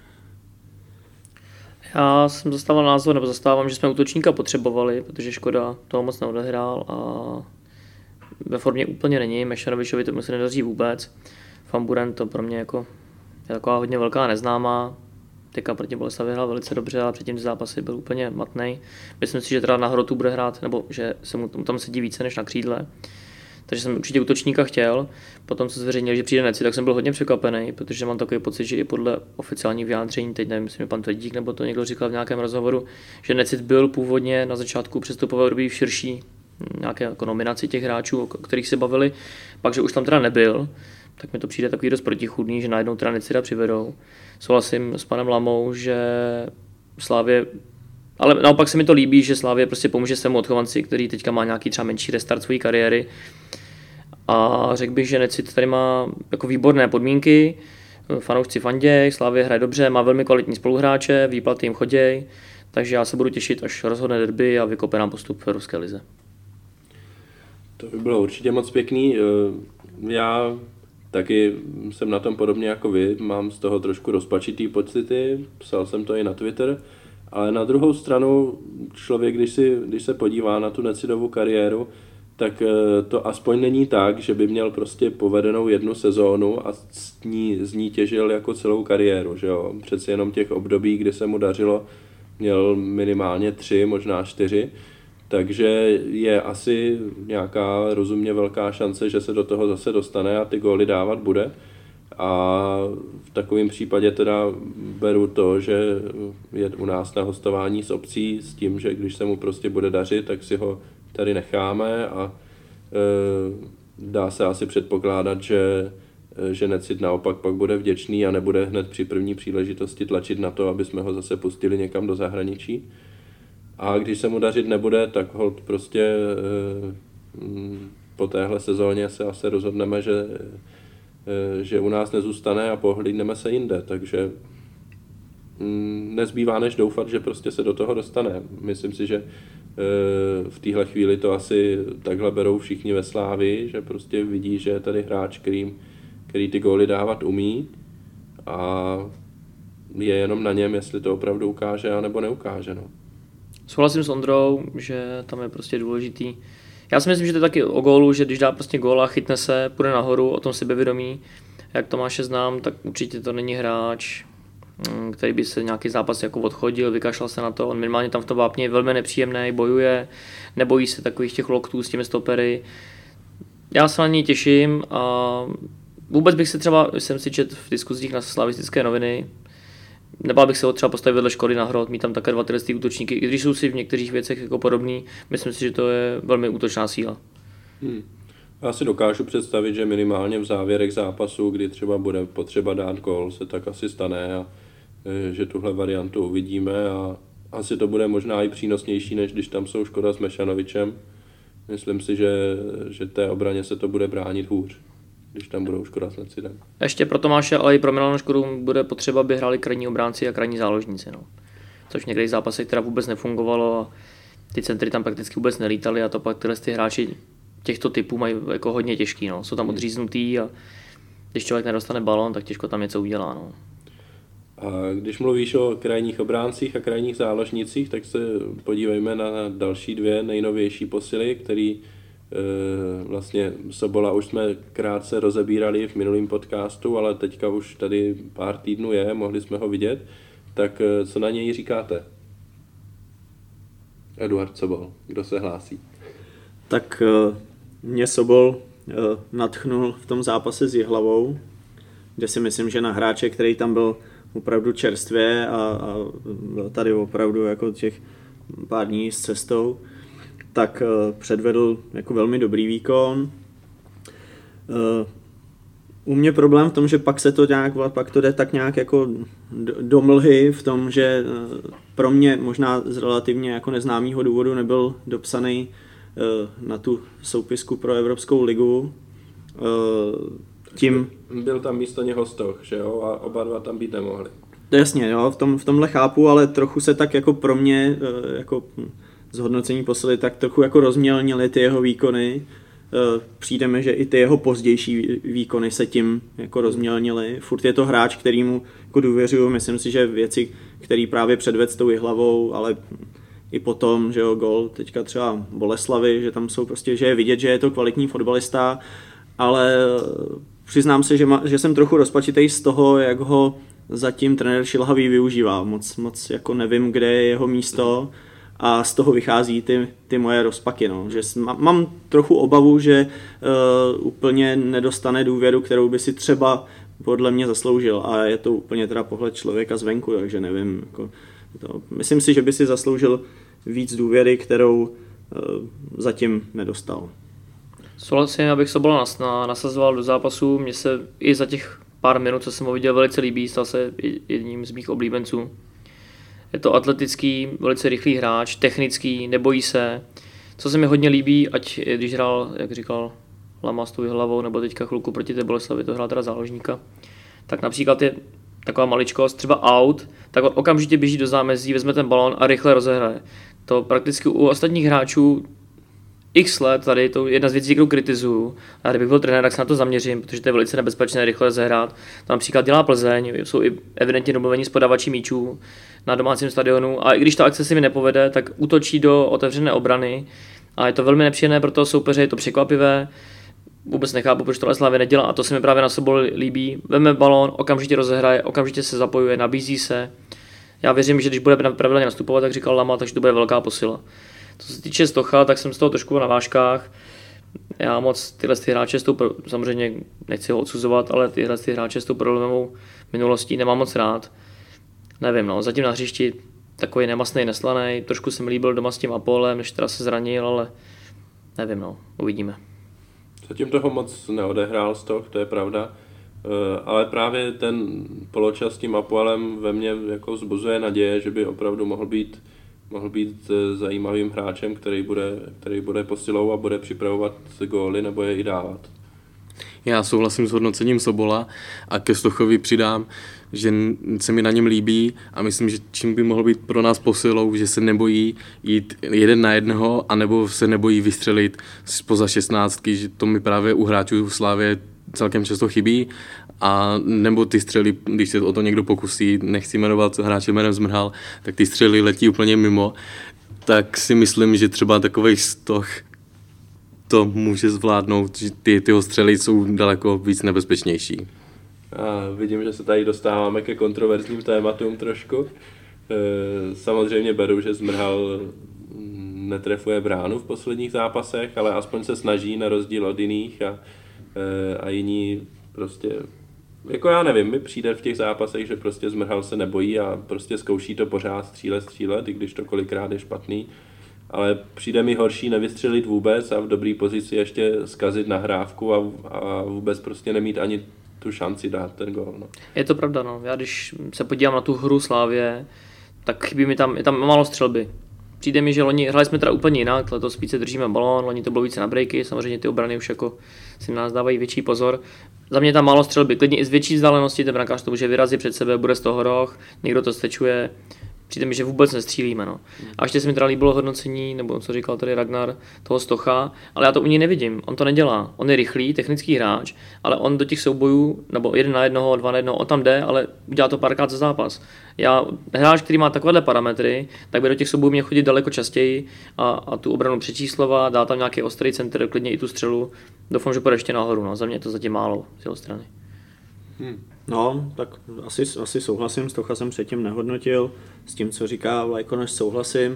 Já jsem zastával názor, nebo zastávám, že jsme útočníka potřebovali, protože Škoda toho moc neodehrál a ve formě úplně není. Mešanovičovi to se nedaří vůbec. Van Buren to pro mě jako je taková hodně velká neznámá. Teďka proti Boleslavi hrál velice dobře, ale předtím ty zápasy byl úplně matnej. Myslím si, že teda na hrotu bude hrát, nebo že se mu tam sedí více než na křídle. Takže jsem určitě útočníka chtěl. Potom, co zveřejnil, že přijde Necit, tak jsem byl hodně překvapený, protože mám takový pocit, že i podle oficiálních vyjádření, teď nevím, jestli mi pan Tvrdík nebo to někdo říkal v nějakém rozhovoru, že Necit byl původně na začátku přestupového období v širší nějaké jako nominaci těch hráčů, o kterých se bavili, pak, že už tam teda nebyl, tak mi to přijde takový dost protichůdný, že najednou teda Necita přivedou. Souhlasím s panem Lamou, že Slávě, ale naopak se mi to líbí, že Slávě prostě pomůže svému odchovanci, který teďka má nějaký třeba menší restart své kariéry. A řekl bych, že Necit tady má jako výborné podmínky, fanoušci fanděj, Slávě hraje dobře, má velmi kvalitní spoluhráče, výplaty jim choděj, takže já se budu těšit, až rozhodne derby a vykope nám postup v Evropské lize. To by bylo určitě moc pěkný. Já taky jsem na tom podobně jako vy, mám z toho trošku rozpačitý pocity, psal jsem to i na Twitter, ale na druhou stranu člověk, když, si, když se podívá na tu Necidovu kariéru, tak to aspoň není tak, že by měl prostě povedenou jednu sezónu a z ní, z ní těžil jako celou kariéru, že jo. Přeci jenom těch období, kdy se mu dařilo, měl minimálně tři, možná čtyři, takže je asi nějaká rozumně velká šance, že se do toho zase dostane a ty góly dávat bude. A v takovém případě teda beru to, že je u nás na hostování s Obcí s tím, že když se mu prostě bude dařit, tak si ho tady necháme a e, dá se asi předpokládat, že, že Necit naopak pak bude vděčný a nebude hned při první příležitosti tlačit na to, aby jsme ho zase pustili někam do zahraničí. A když se mu dařit nebude, tak holt prostě e, po téhle sezóně se asi rozhodneme, že, e, že u nás nezůstane a pohlídneme se jinde, takže nezbývá než doufat, že prostě se do toho dostane. Myslím si, že v téhle chvíli to asi takhle berou všichni ve Slávii, že prostě vidí, že je tady hráč, který, který ty góly dávat umí a je jenom na něm, jestli to opravdu ukáže a nebo neukáže. No. Souhlasím s Ondrou, že tam je prostě důležitý. Já si myslím, že to je taky o gólu, že když dá prostě góla, chytne se, půjde nahoru, o tom sebevědomí. Jak Tomáše znám, tak určitě to není hráč, který by se nějaký zápas jako odchodil, vykašlal se na to, on minimálně tam v tom vápně je velmi nepříjemný, bojuje, nebojí se takových těch loktů s těmi stopery. Já se na něj těším a vůbec bych se třeba, jsem si četl v diskuzích na slavistické noviny, nebál bych se ho třeba postavit vedle Škody na Hrot, mít tam také dva ty útočníky, i když jsou si v některých věcech jako podobný, myslím si, že to je velmi útočná síla. Hmm. Já si dokážu představit, že minimálně v závěrech zápasu, kdy třeba bude potřeba dát gól, se tak asi stane a že tuhle variantu uvidíme a asi to bude možná i přínosnější, než když tam jsou Škoda s Mešanovičem. Myslím si, že, že té obraně se to bude bránit hůř, když tam budou Škoda s Necidem. Ještě pro Tomáše, ale i pro Milana Škodu bude potřeba, aby hráli krajní obránci a krajní záložníci. No. Což v některých zápasech teda vůbec nefungovalo a ty centry tam prakticky vůbec nelítaly a to pak tyhle ty hráči těchto typů mají jako hodně těžký. No. Jsou tam odříznutý a když člověk nedostane balón, tak těžko tam něco udělá. No. A když mluvíš o krajních obráncích a krajních záložnicích, tak se podívejme na další dvě nejnovější posily, který e, vlastně Sobola už jsme krátce rozebírali v minulém podcastu, ale teďka už tady pár týdnů je, mohli jsme ho vidět. Tak e, co na něj říkáte? Eduard Sobol, kdo se hlásí? Tak e, mě Sobol e, nadchnul v tom zápase s Jihlavou, kde si myslím, že na hráče, který tam byl opravdu čerstvě a, a tady opravdu jako těch pár dní s cestou, tak uh, předvedl jako velmi dobrý výkon. Uh, u mě problém v tom, že pak se to nějak, pak to jde tak nějak jako do, do mlhy v tom, že uh, pro mě možná z relativně jako neznámého důvodu nebyl dopsaný uh, na tu soupisku pro Evropskou ligu. Uh, Tím... Byl tam místo něho Stoch, že jo, a oba dva tam být nemohli. Jasně, jo, v, tom, v tomhle chápu, ale trochu se tak jako pro mě, jako zhodnocení posily, tak trochu jako rozmělnily ty jeho výkony. Přijde mi, že i ty jeho pozdější výkony se tím jako rozmělnily. Furt je to hráč, kterýmu jako důvěřuju, myslím si, že věci, který právě předved s tou Jihlavou, ale i potom, že jo, gol teďka třeba Boleslavy, že tam jsou prostě, že je vidět, že je to kvalitní fotbalista, ale přiznám se, že, ma, že jsem trochu rozpačitej z toho, jak ho zatím trenér Šilhavý využívá. Moc, moc jako nevím, kde je jeho místo a z toho vychází ty, ty moje rozpaky. No. Že mám trochu obavu, že uh, úplně nedostane důvěru, kterou by si třeba podle mě zasloužil a je to úplně teda pohled člověka zvenku, takže nevím. Jako to, myslím si, že by si zasloužil víc důvěry, kterou uh, zatím nedostal. Souhlasím, abych Sobola nasazoval do zápasu. Mně se i za těch pár minut, co jsem ho viděl, velice líbí, stal se jedním z mých oblíbenců. Je to atletický, velice rychlý hráč, technický, nebojí se. Co se mi hodně líbí, ať když hrál, jak říkal Lama s tou hlavou, nebo teďka chvilku proti té Boleslavi, to hrál teda záložníka, tak například je taková maličkost, třeba out, tak on okamžitě běží do zámezí, vezme ten balón a rychle rozehraje. To prakticky u ostatních hráčů x let tady, to je jedna z věcí, kterou kritizuju. A kdybych byl trenér, tak se na to zaměřím, protože to je velice nebezpečné rychle zahrát. To například dělá Plzeň, jsou i evidentně domluvení s podávači míčů na domácím stadionu a i když ta akce se mi nepovede, tak útočí do otevřené obrany a je to velmi nepříjemné pro toho soupeře, je to překvapivé. Vůbec nechápu, proč to Slavia nedělá a to se mi právě na Sobol líbí. Veme balón, okamžitě rozehraje, okamžitě se zapojuje, nabízí se. Já věřím, že když bude pravidelně nastupovat, tak říkal Lama, takže to bude velká posila. Co se týče Stocha, tak jsem z toho trošku na vážkách. Já moc tyhle ty hráče s tou, samozřejmě nechci ho odsuzovat, ale tyhle ty hráče s tou problémovou minulostí nemám moc rád. Nevím, no, zatím na hřišti takový nemastný, neslaný, trošku jsem líbil doma s tím Apolem, než teda se zranil, ale nevím, no, uvidíme. Zatím toho moc neodehrál Stoch, to je pravda, ale právě ten poločas s tím Apolem ve mně jako vzbuzuje naděje, že by opravdu mohl být mohl být zajímavým hráčem, který bude, který bude posilou a bude připravovat góly nebo je i dávat. Já souhlasím s hodnocením Sobola a ke Stochovi přidám, že se mi na něm líbí a myslím, že čím by mohl být pro nás posilou, že se nebojí jít jeden na jednoho anebo se nebojí vystřelit spoza šestnáctky, že to mi právě u hráčů v Slávě celkem často chybí. A nebo ty střely, když se o to někdo pokusí, nechci jmenovat hráče jménem Zmrhal, tak ty střely letí úplně mimo, tak si myslím, že třeba takovej Stoch to může zvládnout, že ty, tyho střely jsou daleko víc nebezpečnější. A vidím, že se tady dostáváme ke kontroverzním tématům trošku. Samozřejmě beru, že Zmrhal netrefuje bránu v posledních zápasech, ale aspoň se snaží na rozdíl od jiných a, a jiní prostě, jako já nevím, mi přijde v těch zápasech, že prostě Zmrhal se nebojí a prostě zkouší to pořád střílet, střílet, i když to kolikrát je špatný. Ale přijde mi horší nevystřelit vůbec a v dobré pozici ještě zkazit nahrávku a, a vůbec prostě nemít ani tu šanci dát ten gól. No. Je to pravda, no. Já když se podívám na tu hru Slávie, tak chybí mi tam, je tam málo střelby. Přijde mi, že loni, hráli jsme teda úplně jinak, letos více držíme balón, loni to bylo více na breaky, samozřejmě ty obrany už jako si nás dávají větší pozor. Za mě tam málo střelby, klidně i z větší vzdálenosti ten brankář to může vyrazit před sebe, bude z toho roh, někdo to stečuje. Přijde mi, že vůbec nestřílíme. No. A ještě se mi teda líbilo hodnocení, nebo co říkal tady Ragnar, toho Stocha, ale já to u něj nevidím, on to nedělá. On je rychlý, technický hráč, ale on do těch soubojů, nebo jeden na jednoho, dva na jednoho, on tam jde, ale udělá to párkrát za zápas. Já, hráč, který má takovéhle parametry, tak by do těch soubojů měl chodit daleko častěji a, a tu obranu přečíslovat, dá tam nějaký ostrý center, klidně i tu střelu. Doufám, že půjde ještě nahoru, no. Za mě je to zatím málo z jeho strany. Hmm. No, tak asi, asi souhlasím, Stocha jsem předtím nehodnotil, s tím, co říká Vlajkonoš, souhlasím,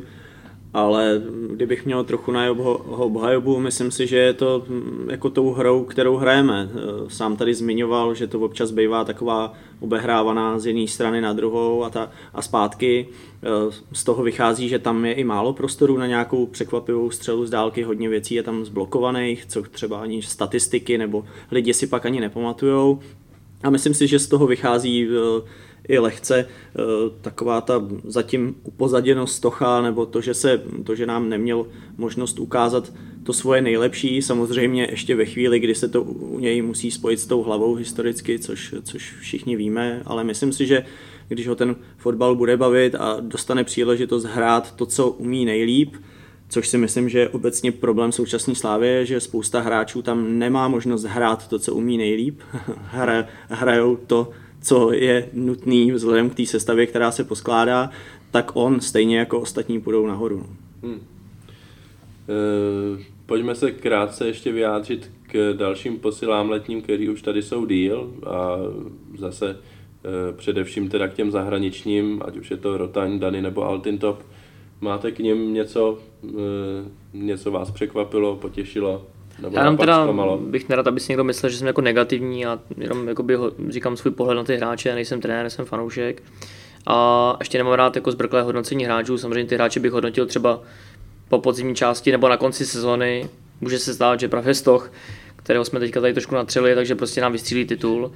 ale kdybych měl trochu na jeho obhajobu, myslím si, že je to jako tou hrou, kterou hrajeme. Sám tady zmiňoval, že to občas bývá taková obehrávaná z jedné strany na druhou a, ta, a zpátky. Z toho vychází, že tam je i málo prostoru na nějakou překvapivou střelu z dálky, hodně věcí je tam zblokovaných, co třeba ani statistiky nebo lidi si pak ani nepamatujou. A myslím si, že z toho vychází i lehce taková ta zatím upozaděnost Stocha, nebo to, že, se, to, že nám neměl možnost ukázat to svoje nejlepší, samozřejmě ještě ve chvíli, kdy se to u něj musí spojit s tou hlavou historicky, což, což všichni víme, ale myslím si, že když ho ten fotbal bude bavit a dostane příležitost hrát to, co umí nejlíp, což si myslím, že je obecně problém současné Slávie, že spousta hráčů tam nemá možnost hrát to, co umí nejlíp. Hra, hrajou to, co je nutný vzhledem k té sestavě, která se poskládá, tak on stejně jako ostatní půjdou nahoru. Hmm. E, pojďme se krátce ještě vyjádřit k dalším posilám letním, který už tady jsou díl a zase e, především teda k těm zahraničním, ať už je to Rotaň, Dany nebo Altintop. Máte k něm něco, něco vás překvapilo, potěšilo? Nebo já jenom teda zklamalo? Bych nerad, aby si někdo myslel, že jsem jako negativní a jenom jakoby říkám svůj pohled na ty hráče, nejsem trenér, jsem fanoušek. A ještě nemám rád jako zbrklé hodnocení hráčů, samozřejmě ty hráče bych hodnotil třeba po podzimní části nebo na konci sezóny. Může se zdát, že právě Stoch, kterého jsme teďka tady trošku natřeli, takže prostě nám vystřílí titul.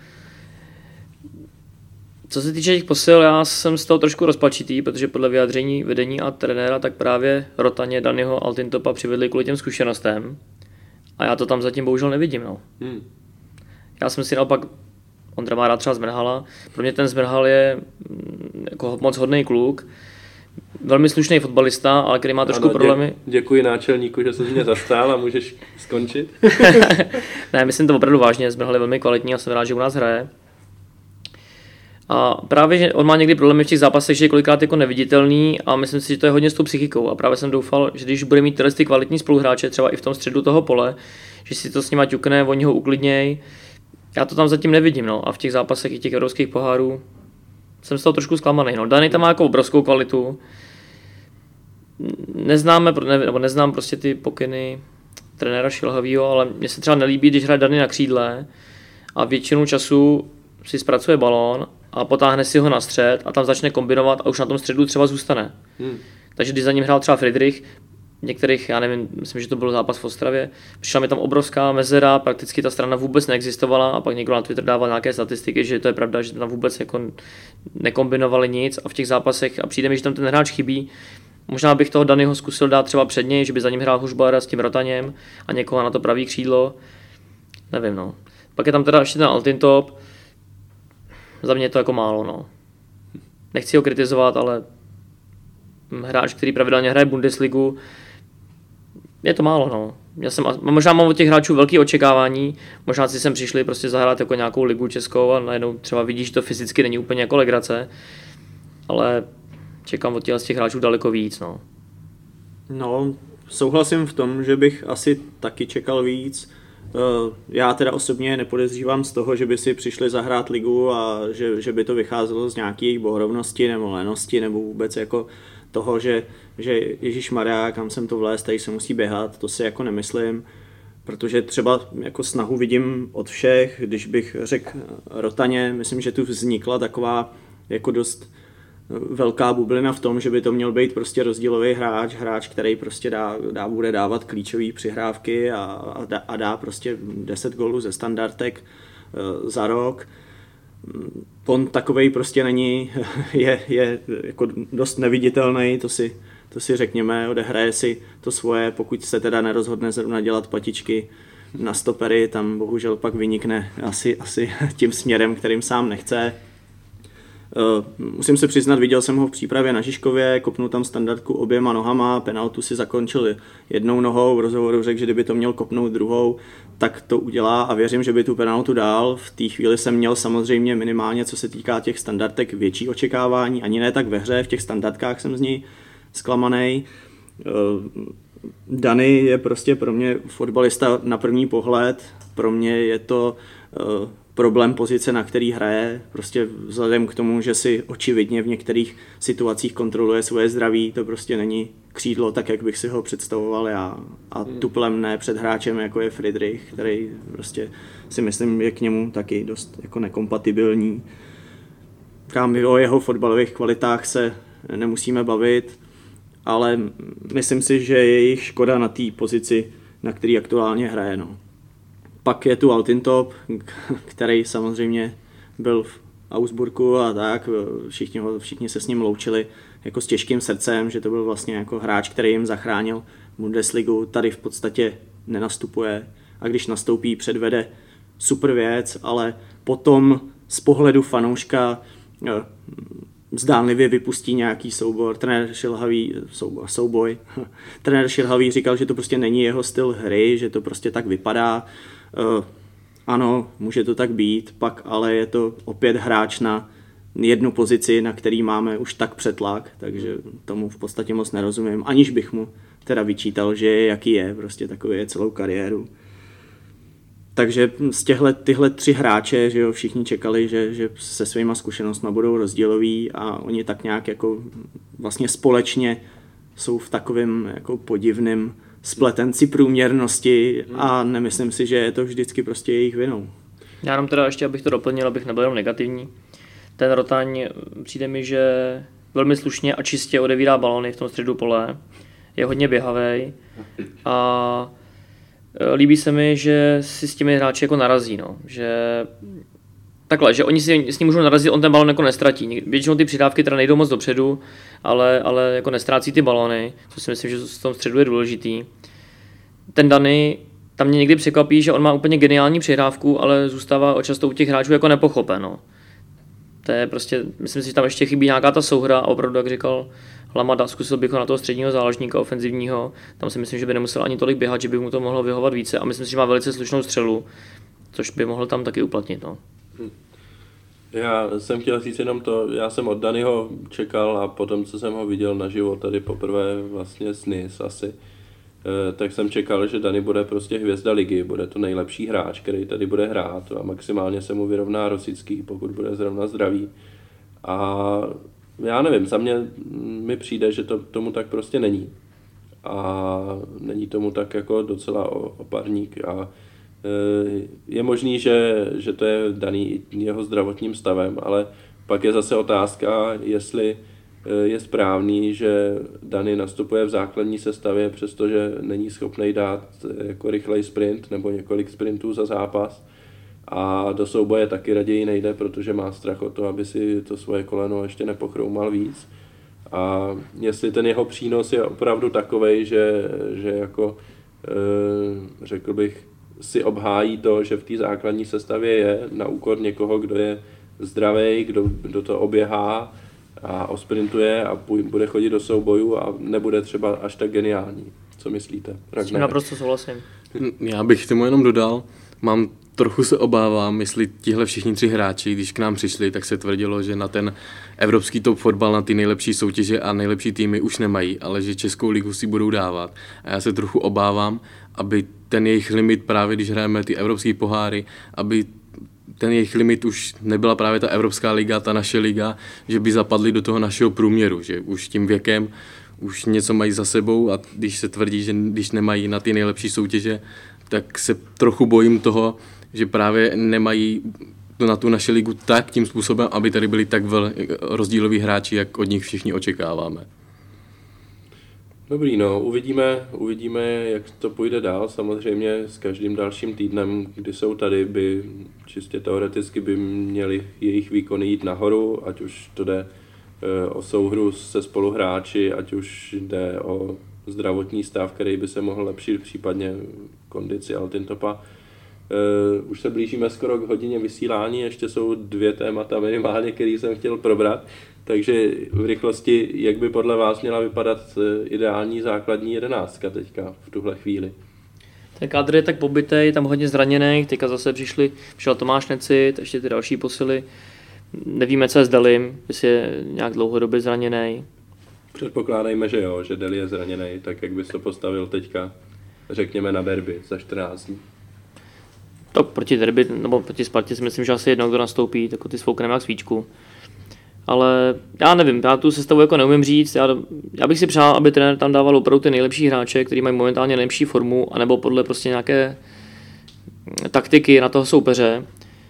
Co se týče těch posil, já jsem z toho trošku rozpačitý, protože podle vyjádření vedení a trenéra tak právě Rotaně, Danyho, Altintopa přivedli kvůli těm zkušenostem a já to tam zatím bohužel nevidím. No. Hmm. Já jsem si naopak, Ondra má rád třeba Zmrhala, pro mě ten Zmrhal je jako moc hodný kluk, velmi slušný fotbalista, ale který má trošku ano, problémy. Dě, děkuji náčelníku, že se mě zastál a můžeš skončit. Ne, myslím to opravdu vážně, Zmrhal je velmi kvalitní a jsem rád, že u nás hraje. A právě, že on má někdy problémy v těch zápasech, že je kolikrát jako neviditelný a myslím si, že to je hodně s tou psychikou. A právě jsem doufal, že když bude mít tyhle ty kvalitní spoluhráče, třeba i v tom středu toho pole, že si to s nima ťukne, oni ho uklidněj. Já to tam zatím nevidím, no. A v těch zápasech i těch evropských pohárů jsem z toho trošku zklamaný. No. Dany tam má jako obrovskou kvalitu. Neznáme, ne, nebo neznám prostě ty pokyny trenéra Šilhavýho, ale mně se třeba nelíbí, když hraje Dany na křídle a většinu času si zpracuje balón a potáhne si ho na střed a tam začne kombinovat a už na tom středu třeba zůstane. Hmm. Takže když za ním hrál třeba Friedrich, některých, já nevím, myslím, že to byl zápas v Ostravě, přišla mi tam obrovská mezera, prakticky ta strana vůbec neexistovala a pak někdo na Twitter dával nějaké statistiky, že to je pravda, že tam vůbec jako nekombinovali nic a v těch zápasech a přijde mi, že tam ten hráč chybí. Možná bych toho Danyho zkusil dát třeba před něj, že by za ním hrál Hušbara s tím Rotaněm a někoho na to pravý křídlo. Nevím, no. Pak je tam teda ještě ten Altintop. Za mě je to jako málo, no. Nechci ho kritizovat, ale hráč, který pravidelně hraje Bundesligu, je to málo, no. Já jsem, možná mám od těch hráčů velké očekávání, možná si sem přišli prostě zahrát jako nějakou ligu českou a najednou třeba vidíš, že to fyzicky není úplně jako legrace, ale čekám od těch, z těch hráčů daleko víc, no. No, souhlasím v tom, že bych asi taky čekal víc. Já teda osobně nepodezřívám z toho, že by si přišli zahrát ligu a že, že by to vycházelo z nějaké jejich bohorovnosti nebo lenosti nebo vůbec jako toho, že, že ježišmarja, kam jsem to vlézt, tady se musí běhat, to si jako nemyslím, protože třeba jako snahu vidím od všech, když bych řekl Rotaně, myslím, že tu vznikla taková jako dost velká bublina v tom, že by to měl být prostě rozdílový hráč, hráč, který prostě dá, dá bude dávat klíčové přihrávky a, a, dá, a dá prostě deset gólů ze standardek uh, za rok. On takovej prostě není, je, je jako dost neviditelný, to si, to si řekněme, odehraje si to svoje, pokud se teda nerozhodne zrovna dělat patičky na stopery, tam bohužel pak vynikne asi, asi tím směrem, kterým sám nechce. Uh, musím se přiznat, viděl jsem ho v přípravě na Žižkově, kopnul tam standardku oběma nohama, penaltu si zakončil jednou nohou, v rozhovoru řekl, že kdyby to měl kopnout druhou, tak to udělá a věřím, že by tu penaltu dal. V té chvíli jsem měl samozřejmě minimálně, co se týká těch standardek, větší očekávání, ani ne tak ve hře, v těch standardkách jsem z ní zklamanej. Uh, Dani je prostě pro mě fotbalista na první pohled, pro mě je to uh, problém pozice, na který hraje, prostě vzhledem k tomu, že si očividně v některých situacích kontroluje svoje zdraví, to prostě není křídlo tak, jak bych si ho představoval já. A tuplem ne před hráčem, jako je Friedrich, který prostě si myslím, je k němu taky dost jako nekompatibilní. Říkám, o jeho fotbalových kvalitách se nemusíme bavit, ale myslím si, že je jich škoda na té pozici, na který aktuálně hraje. No. Pak je tu Altintop, který samozřejmě byl v Augsburgu a tak, všichni, ho, všichni se s ním loučili jako s těžkým srdcem, že to byl vlastně jako hráč, který jim zachránil Bundesligu, tady v podstatě nenastupuje a když nastoupí, předvede super věc, ale potom z pohledu fanouška zdánlivě vypustí nějaký soubor, trenér šilhavý, soubor, souboj, trenér šilhavý říkal, že to prostě není jeho styl hry, že to prostě tak vypadá. Uh, ano, může to tak být, pak ale je to opět hráč na jednu pozici, na který máme už tak přetlak, takže tomu v podstatě moc nerozumím, aniž bych mu teda vyčítal, že je jaký je, prostě takový je celou kariéru. Takže z těchhle, tyhle tři hráče, že jo, všichni čekali, že, že se svýma zkušenostmi budou rozdíloví a oni tak nějak jako vlastně společně jsou v takovém jako podivném spletenci průměrnosti a nemyslím si, že je to vždycky prostě jejich vinou. Já jenom teda ještě, abych to doplnil, abych nebyl jenom negativní. Ten Rotaň přijde mi, že velmi slušně a čistě odevírá balony v tom středu pole. Je hodně běhavej a líbí se mi, že si s těmi hráči jako narazí, no. Že takhle, že oni si s ním můžou narazit, on ten balon jako nestratí. Většinou ty přidávky teda nejdou moc dopředu, ale, ale jako nestrácí ty balony, co si myslím, že v tom středu je důležitý. Ten Dani, tam mě někdy překvapí, že on má úplně geniální přihrávku, ale zůstává často u těch hráčů jako nepochopen, no. To je prostě, myslím si, že tam ještě chybí nějaká ta souhra a opravdu, jak říkal Lamada, zkusil bych ho na toho středního záložníka ofenzivního, tam si myslím, že by nemusel ani tolik běhat, že by mu to mohlo vyhovat více a myslím si, že má velice slušnou střelu, což by mohl tam taky uplatnit. No. Já jsem chtěl říct jenom to, já jsem od Daniho čekal a potom, co jsem ho viděl naživo tady poprvé vlastně z Nice asi, tak jsem čekal, že Dani bude prostě hvězda ligy, bude to nejlepší hráč, který tady bude hrát a maximálně se mu vyrovná Rosický, pokud bude zrovna zdravý. A já nevím, za mě mi přijde, že to tomu tak prostě není. A není tomu tak jako docela oparník a je možný, že, že to je daný jeho zdravotním stavem, ale pak je zase otázka, jestli je správný, že Dani nastupuje v základní sestavě, přestože není schopný dát jako rychlej sprint nebo několik sprintů za zápas a do souboje taky raději nejde, protože má strach o to, aby si to svoje koleno ještě nepochroumal víc. A jestli ten jeho přínos je opravdu takovej, že, že jako řekl bych, si obhájí to, že v té základní sestavě je na úkor někoho, kdo je zdravý, kdo, kdo to oběhá a osprintuje a bude chodit do soubojů a nebude třeba až tak geniální. Co myslíte? S tím naprosto souhlasím. Já bych tomu jenom dodal, mám trochu se obávám, jestli tihle všichni tři hráči, když k nám přišli, tak se tvrdilo, že na ten evropský top fotbal, na ty nejlepší soutěže a nejlepší týmy už nemají, ale že Českou ligu si budou dávat. A já se trochu obávám, aby ten jejich limit právě, když hrajeme ty evropské poháry, aby ten jejich limit už nebyla právě ta Evropská liga, ta naše liga, že by zapadli do toho našeho průměru, že už tím věkem už něco mají za sebou a když se tvrdí, že když nemají na ty nejlepší soutěže, tak se trochu bojím toho, že právě nemají na tu naši ligu tak tím způsobem, aby tady byli tak vel, rozdíloví hráči, jak od nich všichni očekáváme. Dobrý, no, uvidíme, uvidíme, jak to půjde dál. Samozřejmě s každým dalším týdnem, kdy jsou tady, by čistě teoreticky by měli jejich výkony jít nahoru, ať už to jde o souhru se spoluhráči, ať už jde o zdravotní stav, který by se mohl lepšit, případně kondici Altintopa. Uh, už se blížíme skoro k hodině vysílání, ještě jsou dvě témata minimálně, které jsem chtěl probrat, takže v rychlosti, jak by podle vás měla vypadat ideální základní jedenáctka teďka v tuhle chvíli? Ten kádr je tak pobytej, tam hodně zraněných, teďka zase přišli, přišel Tomáš Necit, ještě ty další posily, nevíme, co je s Delim, jestli je nějak dlouhodobě zraněný. Předpokládejme, že jo, že Deli je zraněný, tak jak bys to postavil teďka, řekněme na derby za čtrnáct dní. Tak proti derby, nebo proti Spartě si myslím, že asi jednou, kdo nastoupí, tak ty svoukneme jak svíčku. Ale já nevím, já tu sestavu jako neumím říct, já, já bych si přál, aby trenér tam dával opravdu ty nejlepší hráče, kteří mají momentálně nejlepší formu, anebo podle prostě nějaké taktiky na toho soupeře.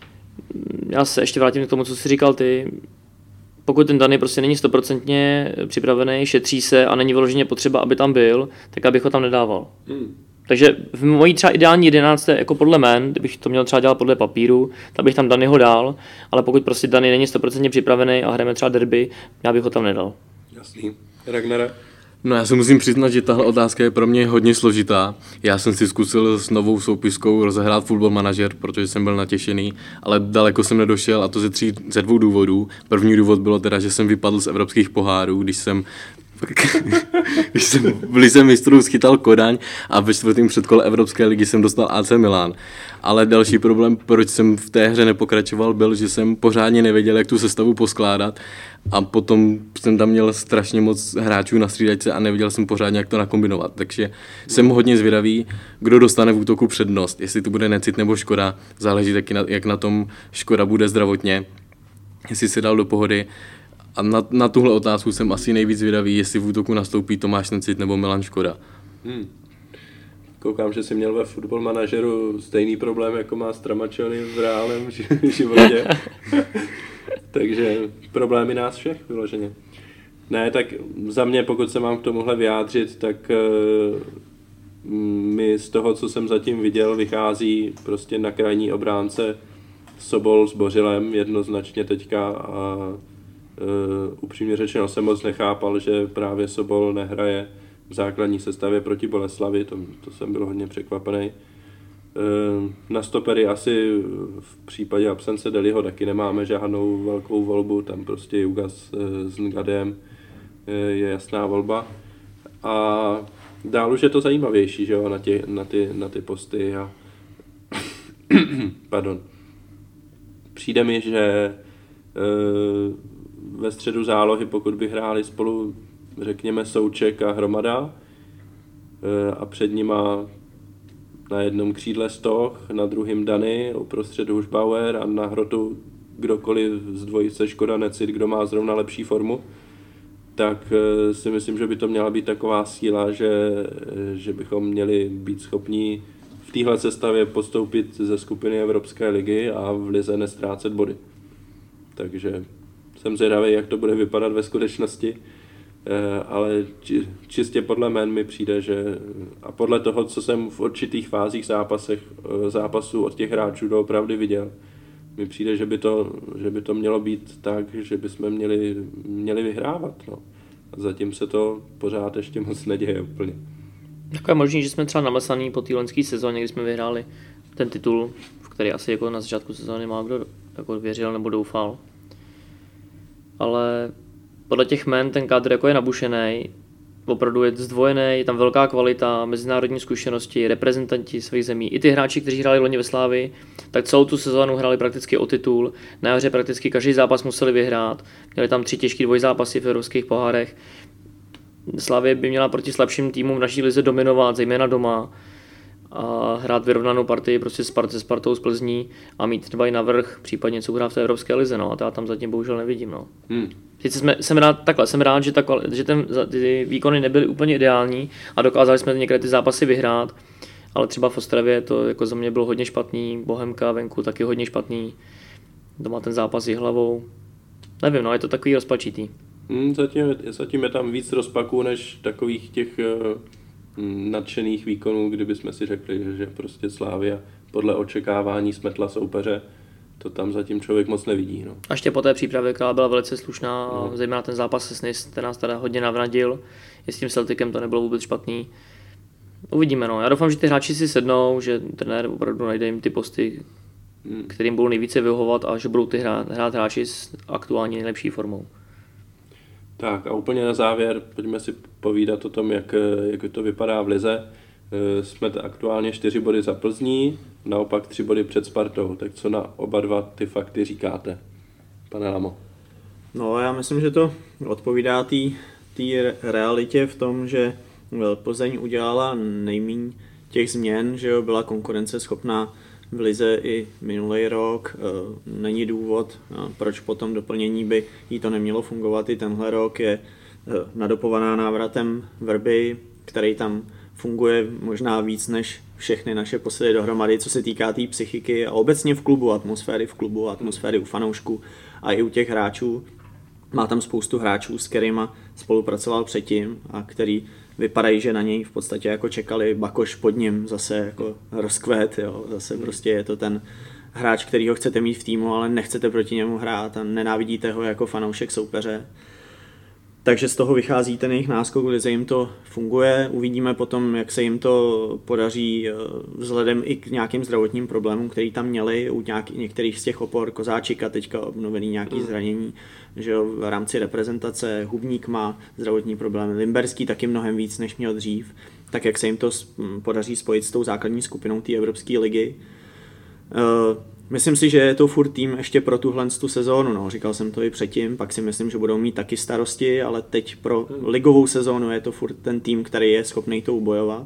Já se ještě vrátím k tomu, co jsi říkal ty. Pokud ten Dani prostě není stoprocentně připravený, šetří se a není vyloženě potřeba, aby tam byl, tak abych ho tam nedával. Hmm. Takže v mojí třeba ideální jedenácté, jako podle mén, kdybych to měl třeba dělat podle papíru, tak bych tam Daniho dal, ale pokud prostě Dani není stoprocentně připravený a hrajeme třeba derby, já bych ho tam nedal. Jasný. Ragnare? No já se musím přiznat, že tahle otázka je pro mě hodně složitá. Já jsem si zkusil s novou soupiskou rozehrát Football Manager, protože jsem byl natěšený, ale daleko jsem nedošel a to ze, tří, ze dvou důvodů. První důvod bylo teda, že jsem vypadl z evropských pohárů, když jsem když jsem v lize mistrů schytal Kodaň a ve čtvrtém předkole Evropské ligy jsem dostal A C Milan. Ale další problém, proč jsem v té hře nepokračoval, byl, že jsem pořádně nevěděl, jak tu sestavu poskládat a potom jsem tam měl strašně moc hráčů na střídačce a nevěděl jsem pořádně, jak to nakombinovat. Takže jsem hodně zvědavý, kdo dostane v útoku přednost, jestli to bude Necit nebo Škoda, záleží taky, na, jak na tom Škoda bude zdravotně, jestli se dal do pohody. A na, na tuhle otázku jsem asi nejvíc zvědavý, jestli v útoku nastoupí Tomáš Necit nebo Milan Škoda. Hmm. Koukám, že jsi měl ve Football Manageru stejný problém, jako má Stramačony v reálném životě. Takže problémy nás všech vyloženě. Ne, tak za mě, pokud se mám k tomuhle vyjádřit, tak uh, mi z toho, co jsem zatím viděl, vychází prostě na krajní obránce Sobol s Bořilem jednoznačně teďka a Uh, upřímně řečeno jsem moc nechápal, že právě Sobol nehraje v základní sestavě proti Boleslavi, to, to jsem byl hodně překvapený. Uh, na stopery asi v případě absence Deliho taky nemáme žádnou velkou volbu, tam prostě Jugas uh, s Ngadem uh, je jasná volba. A dál už je to zajímavější, že jo, na, tě, na, ty, na ty posty. A Pardon. Přijde mi, že uh, ve středu zálohy, pokud by hráli spolu, řekněme, Souček a Hromada a před nima na jednom křídle Stoch, na druhém Dany, uprostřed Hušbauer a na hrotu kdokoliv z dvojice Škoda Necit, kdo má zrovna lepší formu, tak si myslím, že by to měla být taková síla, že, že bychom měli být schopni v téhle sestavě postoupit ze skupiny Evropské ligy a v lize nestrácet body. Takže jsem zvědavý, jak to bude vypadat ve skutečnosti, ale čistě podle mén mi přijde, že a podle toho, co jsem v určitých fázích zápasech, zápasů od těch hráčů doopravdy viděl, mi přijde, že by to, že by to mělo být tak, že bychom měli, měli vyhrávat. No. A zatím se to pořád ještě moc neděje úplně. Jako je možný, že jsme třeba namlsaný po té loňské sezóně, kdy jsme vyhráli ten titul, v který asi jako na začátku sezóny má kdo jako věřil nebo doufal. Ale podle těch men ten kádr jako je nabušený, opravdu je zdvojený, je tam velká kvalita, mezinárodní zkušenosti, reprezentanti svých zemí, i ty hráči, kteří hráli loni ve Slávii, tak celou tu sezónu hráli prakticky o titul, na jaře prakticky každý zápas museli vyhrát, měli tam tři těžký dvojzápasy v evropských pohárech. Slávie by měla proti slabším týmům v naší lize dominovat, zejména doma, a hrát vyrovnanou partii prostě Spart, se Spartou z Plzní a mít třeba i navrch, případně něco hrát v té Evropské lize, no, a to já tam zatím bohužel nevidím, no. Hmm. Sice jsme, jsem rád, takhle, jsem rád, že, ta, že ten, ty výkony nebyly úplně ideální a dokázali jsme některé ty zápasy vyhrát, ale třeba v Ostravě to jako za mě bylo hodně špatný, Bohemka venku taky hodně špatný, doma ten zápas s Jihlavou, nevím, no, je to takový rozpačitý. Hmm, zatím, zatím je tam víc rozpaků než takových těch uh, nadšených výkonů, kdybychom si řekli, že prostě Slavia podle očekávání smetla soupeře, to tam zatím člověk moc nevidí. No. A ještě po té přípravě, která byla velice slušná, no. Zejména ten zápas se S N I S, ten nás teda hodně navnadil, i s tím Celticem to nebylo vůbec špatný. Uvidíme, no. Já doufám, že ty hráči si sednou, že trenér opravdu najde jim ty posty, hmm. kterým budou nejvíce vyhovovat a že budou ty hrát, hrát hráči s aktuální nejlepší formou. Tak a úplně na závěr, pojďme si povídat o tom, jak, jak to vypadá v lize. Jsme aktuálně čtyři body za Plzní, naopak tři body před Spartou. Tak co na oba dva ty fakty říkáte, pane Lamo? No já myslím, že to odpovídá té realitě v tom, že Plzeň udělala nejméně těch změn, že jo, byla konkurenceschopná v lize i minulý rok. Není důvod, proč po tom doplnění by jí to nemělo fungovat i tenhle rok. Je nadopovaná návratem Vrby, který tam funguje možná víc než všechny naše posily dohromady, co se týká té tý psychiky a obecně v klubu, atmosféry v klubu, atmosféry u fanoušků a i u těch hráčů. Má tam spoustu hráčů, s kterými spolupracoval předtím a který vypadají, že na něj v podstatě jako čekali, Bakoš pod ním zase jako rozkvet, jo. Zase prostě je to ten hráč, který ho chcete mít v týmu, ale nechcete proti němu hrát a nenávidíte ho jako fanoušek soupeře. Takže z toho vychází ten jejich náskok, kdy se jim to funguje. Uvidíme potom, jak se jim to podaří vzhledem i k nějakým zdravotním problémům, který tam měli u nějaký, některých z těch opor, Kozáčika teďka obnovený nějaký zranění, že jo, v rámci reprezentace, Hubník má zdravotní problémy, Limberský taky mnohem víc, než měl dřív. Tak jak se jim to podaří spojit s tou základní skupinou té Evropské ligy. Myslím si, že je to furt tým ještě pro tuhle tu sezónu, no. Říkal jsem to i předtím, pak si myslím, že budou mít taky starosti, ale teď pro ligovou sezónu je to furt ten tým, který je schopný to ubojovat. Uh,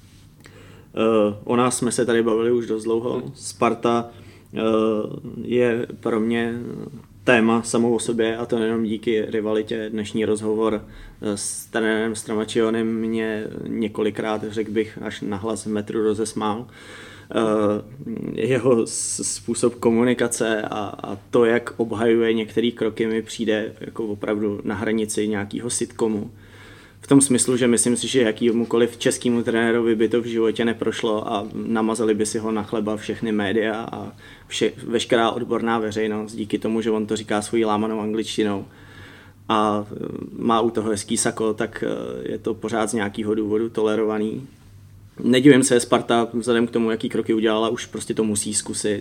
o nás jsme se tady bavili už dost dlouho. Sparta uh, je pro mě téma samou o sobě a to nejenom díky rivalitě. Dnešní rozhovor s trenérem Stramačionem mě několikrát, řekl bych, až nahlas v metru rozesmál. Uh, jeho způsob komunikace a, a to, jak obhajuje některé kroky, mi přijde jako opravdu na hranici nějakého sitcomu. V tom smyslu, že myslím si, že jakýmukoliv českému trenérovi by to v životě neprošlo a namazali by si ho na chleba všechny média a vše, veškerá odborná veřejnost díky tomu, že on to říká svojí lámanou angličtinou a má u toho hezký sako, tak je to pořád z nějakého důvodu tolerovaný. Nedivím se, Sparta vzhledem k tomu, jaký kroky udělala, už prostě to musí zkusit.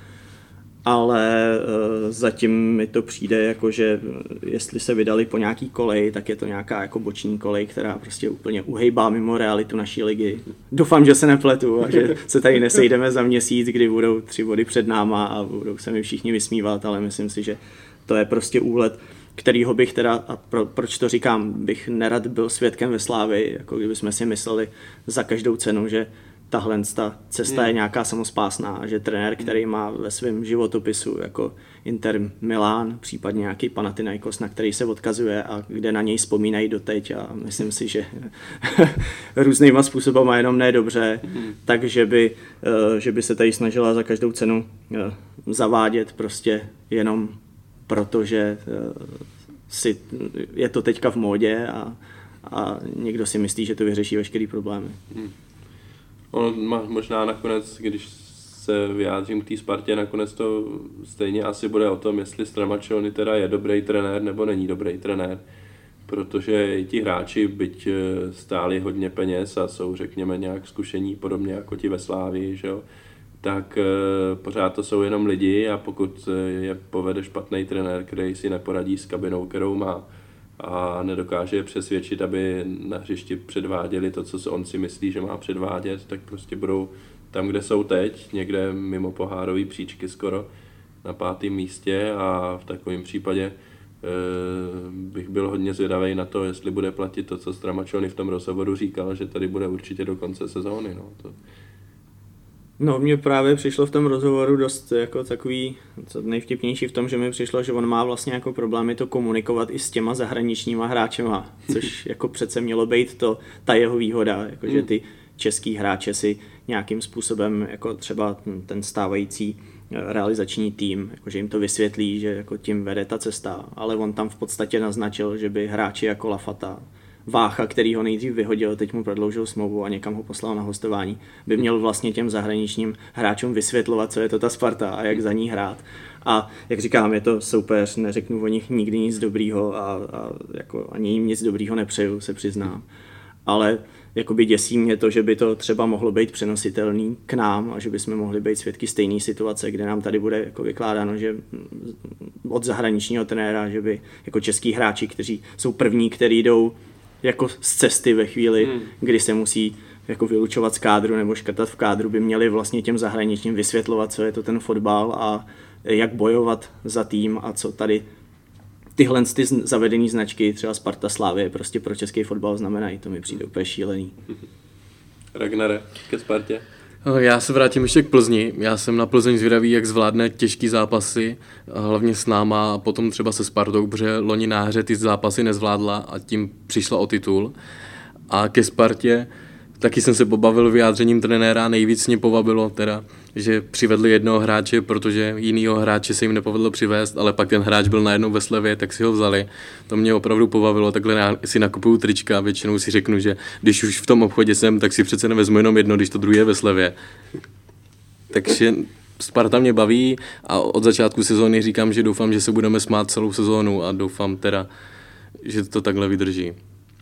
Ale e, zatím mi to přijde jako, že jestli se vydali po nějaký kolej, tak je to nějaká jako boční kolej, která prostě úplně uhejbá mimo realitu naší ligy. Doufám, že se nepletu a že se tady nesejdeme za měsíc, kdy budou tři body před náma a budou se mi všichni vysmívat, ale myslím si, že to je prostě úlet, kterýho bych teda, a pro, proč to říkám, bych nerad byl svědkem ve Slávii, jako kdybychom si mysleli za každou cenu, že tahle ta cesta je nějaká samospásná, že trenér, který má ve svém životopisu jako Inter Milán, případně nějaký Panathinaikos, na který se odkazuje a kde na něj vzpomínají doteď a myslím si, že různýma způsobama jenom ne dobře, takže by, že by se tady snažila za každou cenu zavádět prostě jenom protože si, je to teďka v módě a, a někdo si myslí, že to vyřeší veškerý problémy. Hmm. On má možná nakonec, když se vyjádřím k té Spartě, nakonec to stejně asi bude o tom, jestli Stramačony teda je dobrý trenér nebo není dobrý trenér. Protože i ti hráči, byť stáli hodně peněz a jsou, řekněme, nějak zkušení, podobně jako ti ve Slávii, že jo, tak pořád to jsou jenom lidi a pokud je povede špatný trenér, který si neporadí s kabinou, kterou má, a nedokáže je přesvědčit, aby na hřišti předváděli to, co on si myslí, že má předvádět, tak prostě budou tam, kde jsou teď, někde mimo pohárový příčky skoro na pátém místě a v takovém případě e, bych byl hodně zvědavý na to, jestli bude platit to, co Stramačony v tom rozhovoru říkal, že tady bude určitě do konce sezóny. No. To No, mně právě přišlo v tom rozhovoru dost jako takový, co nejvtipnější v tom, že mi přišlo, že on má vlastně jako problémy to komunikovat i s těma zahraničníma hráčema, což jako přece mělo být to, ta jeho výhoda, jako že ty český hráče si nějakým způsobem, jako třeba ten stávající realizační tým, jakože jim to vysvětlí, že jako tím vede ta cesta, ale on tam v podstatě naznačil, že by hráči jako Lafata, Vácha, který ho nejdřív vyhodil, teď mu prodloužil smlouvu a někam ho poslal na hostování, by měl vlastně těm zahraničním hráčům vysvětlovat, co je to ta Sparta a jak za ní hrát. A jak říkám, je to soupeř, neřeknu o nich nikdy nic dobrýho a, a jako ani jim nic dobrýho nepřeju, se přiznám. Ale jakoby děsí mě to, že by to třeba mohlo být přenositelný k nám a že bychom mohli být svědky stejné situace, kde nám tady bude jako vykládáno, že od zahraničního trenéra, že by jako český hráči, kteří jsou první, kteří jdou jako z cesty ve chvíli, hmm. kdy se musí jako vylučovat z kádru nebo škrtat v kádru, by měli vlastně těm zahraničním vysvětlovat, co je to ten fotbal a jak bojovat za tým a co tady tyhle ty zavedené značky, třeba Sparta, Slavie, prostě pro český fotbal znamenají. To mi přijde úplně šílený. Ragnare, ke Spartě? Já se vrátím ještě k Plzni. Já jsem na Plzeň zvědavý, jak zvládne těžký zápasy, hlavně s náma a potom třeba se Spartou, protože loni na hře ty zápasy nezvládla a tím přišla o titul. A ke Spartě taky jsem se pobavil vyjádřením trenéra, nejvíc mě pobavilo teda, že přivedli jednoho hráče, protože jinýho hráče se jim nepovedlo přivést, ale pak ten hráč byl najednou ve slevě, tak si ho vzali. To mě opravdu pobavilo, takhle já si nakupuju trička a většinou si řeknu, že když už v tom obchodě jsem, tak si přece nevezmu jenom jedno, když to druhé je ve slevě. Takže Sparta mě baví a od začátku sezóny říkám, že doufám, že se budeme smát celou sezónu a doufám teda, že to takhle vydrží.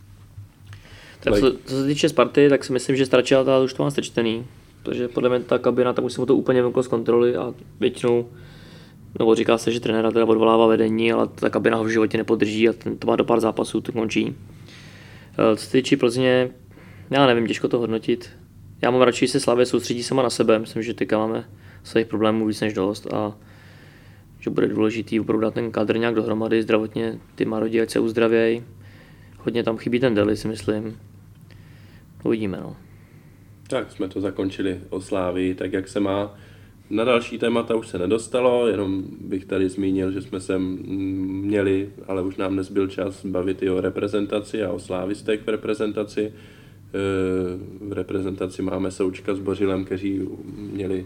Tak co, co se týče Sparty, tak si myslím, že Stračila už to má stečtený, protože podle mě ta kabina, tak už se mu to úplně vymklo z kontroly a většinou, nebo říká se, že trenéra teda odvolává vedení, ale ta kabina ho v životě nepodrží a ten, to má do pár zápasů, to končí. Co se týče Plzně, já nevím, těžko to hodnotit. Já mám radši, že se Slavě soustředí sama na sebe, myslím, že teďka máme svých problémů víc než dost a že bude důležitý opravdu dát ten kadr nějak dohromady, zdravotně ty Marodi, ať se uzdravějí. Hodně tam chybí ten Deli, si myslím. Uvidíme, no. Tak jsme to zakončili o Slávii, tak jak se má. Na další témata už se nedostalo, jenom bych tady zmínil, že jsme se měli, ale už nám nezbyl čas bavit i o reprezentaci a o slávistech v reprezentaci. V reprezentaci máme Součka s Bořilem, kteří měli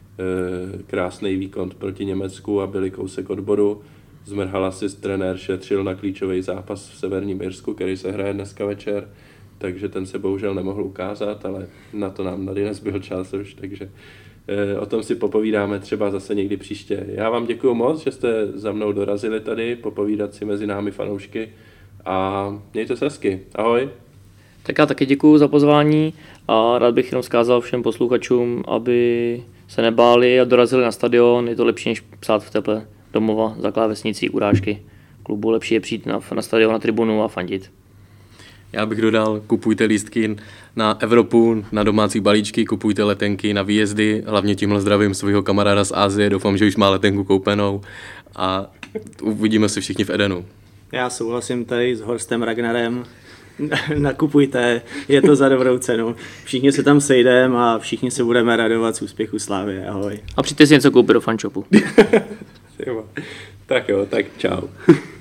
krásný výkon proti Německu a byli kousek od bodu. Zmrhala si trenér šetřil na klíčový zápas v Severním Irsku, který se hraje dneska večer, takže ten se bohužel nemohl ukázat, ale na to nám tady nezbyl čas už, takže e, o tom si popovídáme třeba zase někdy příště. Já vám děkuju moc, že jste za mnou dorazili tady popovídat si mezi námi fanoušky a mějte se hezky. Ahoj. Tak já taky děkuju za pozvání a rád bych jenom vzkázal všem posluchačům, aby se nebáli a dorazili na stadion, je to lepší než psát v teple domova za klávesnicí urážky. Klubu lepší je přijít na, na stadion, na tribunu a fandit. Já bych dodal, kupujte lístky na Evropu, na domácí balíčky, kupujte letenky na výjezdy, hlavně tímhle zdravím svého kamaráda z Asie, doufám, že už má letenku koupenou a uvidíme se všichni v Edenu. Já souhlasím tady s Horstem Ragnarem, nakupujte, je to za dobrou cenu. Všichni se tam sejdeme a všichni se budeme radovat z úspěchu Slávie. Ahoj. A přijďte si něco koupit do fanshopu. Tak jo, tak čau.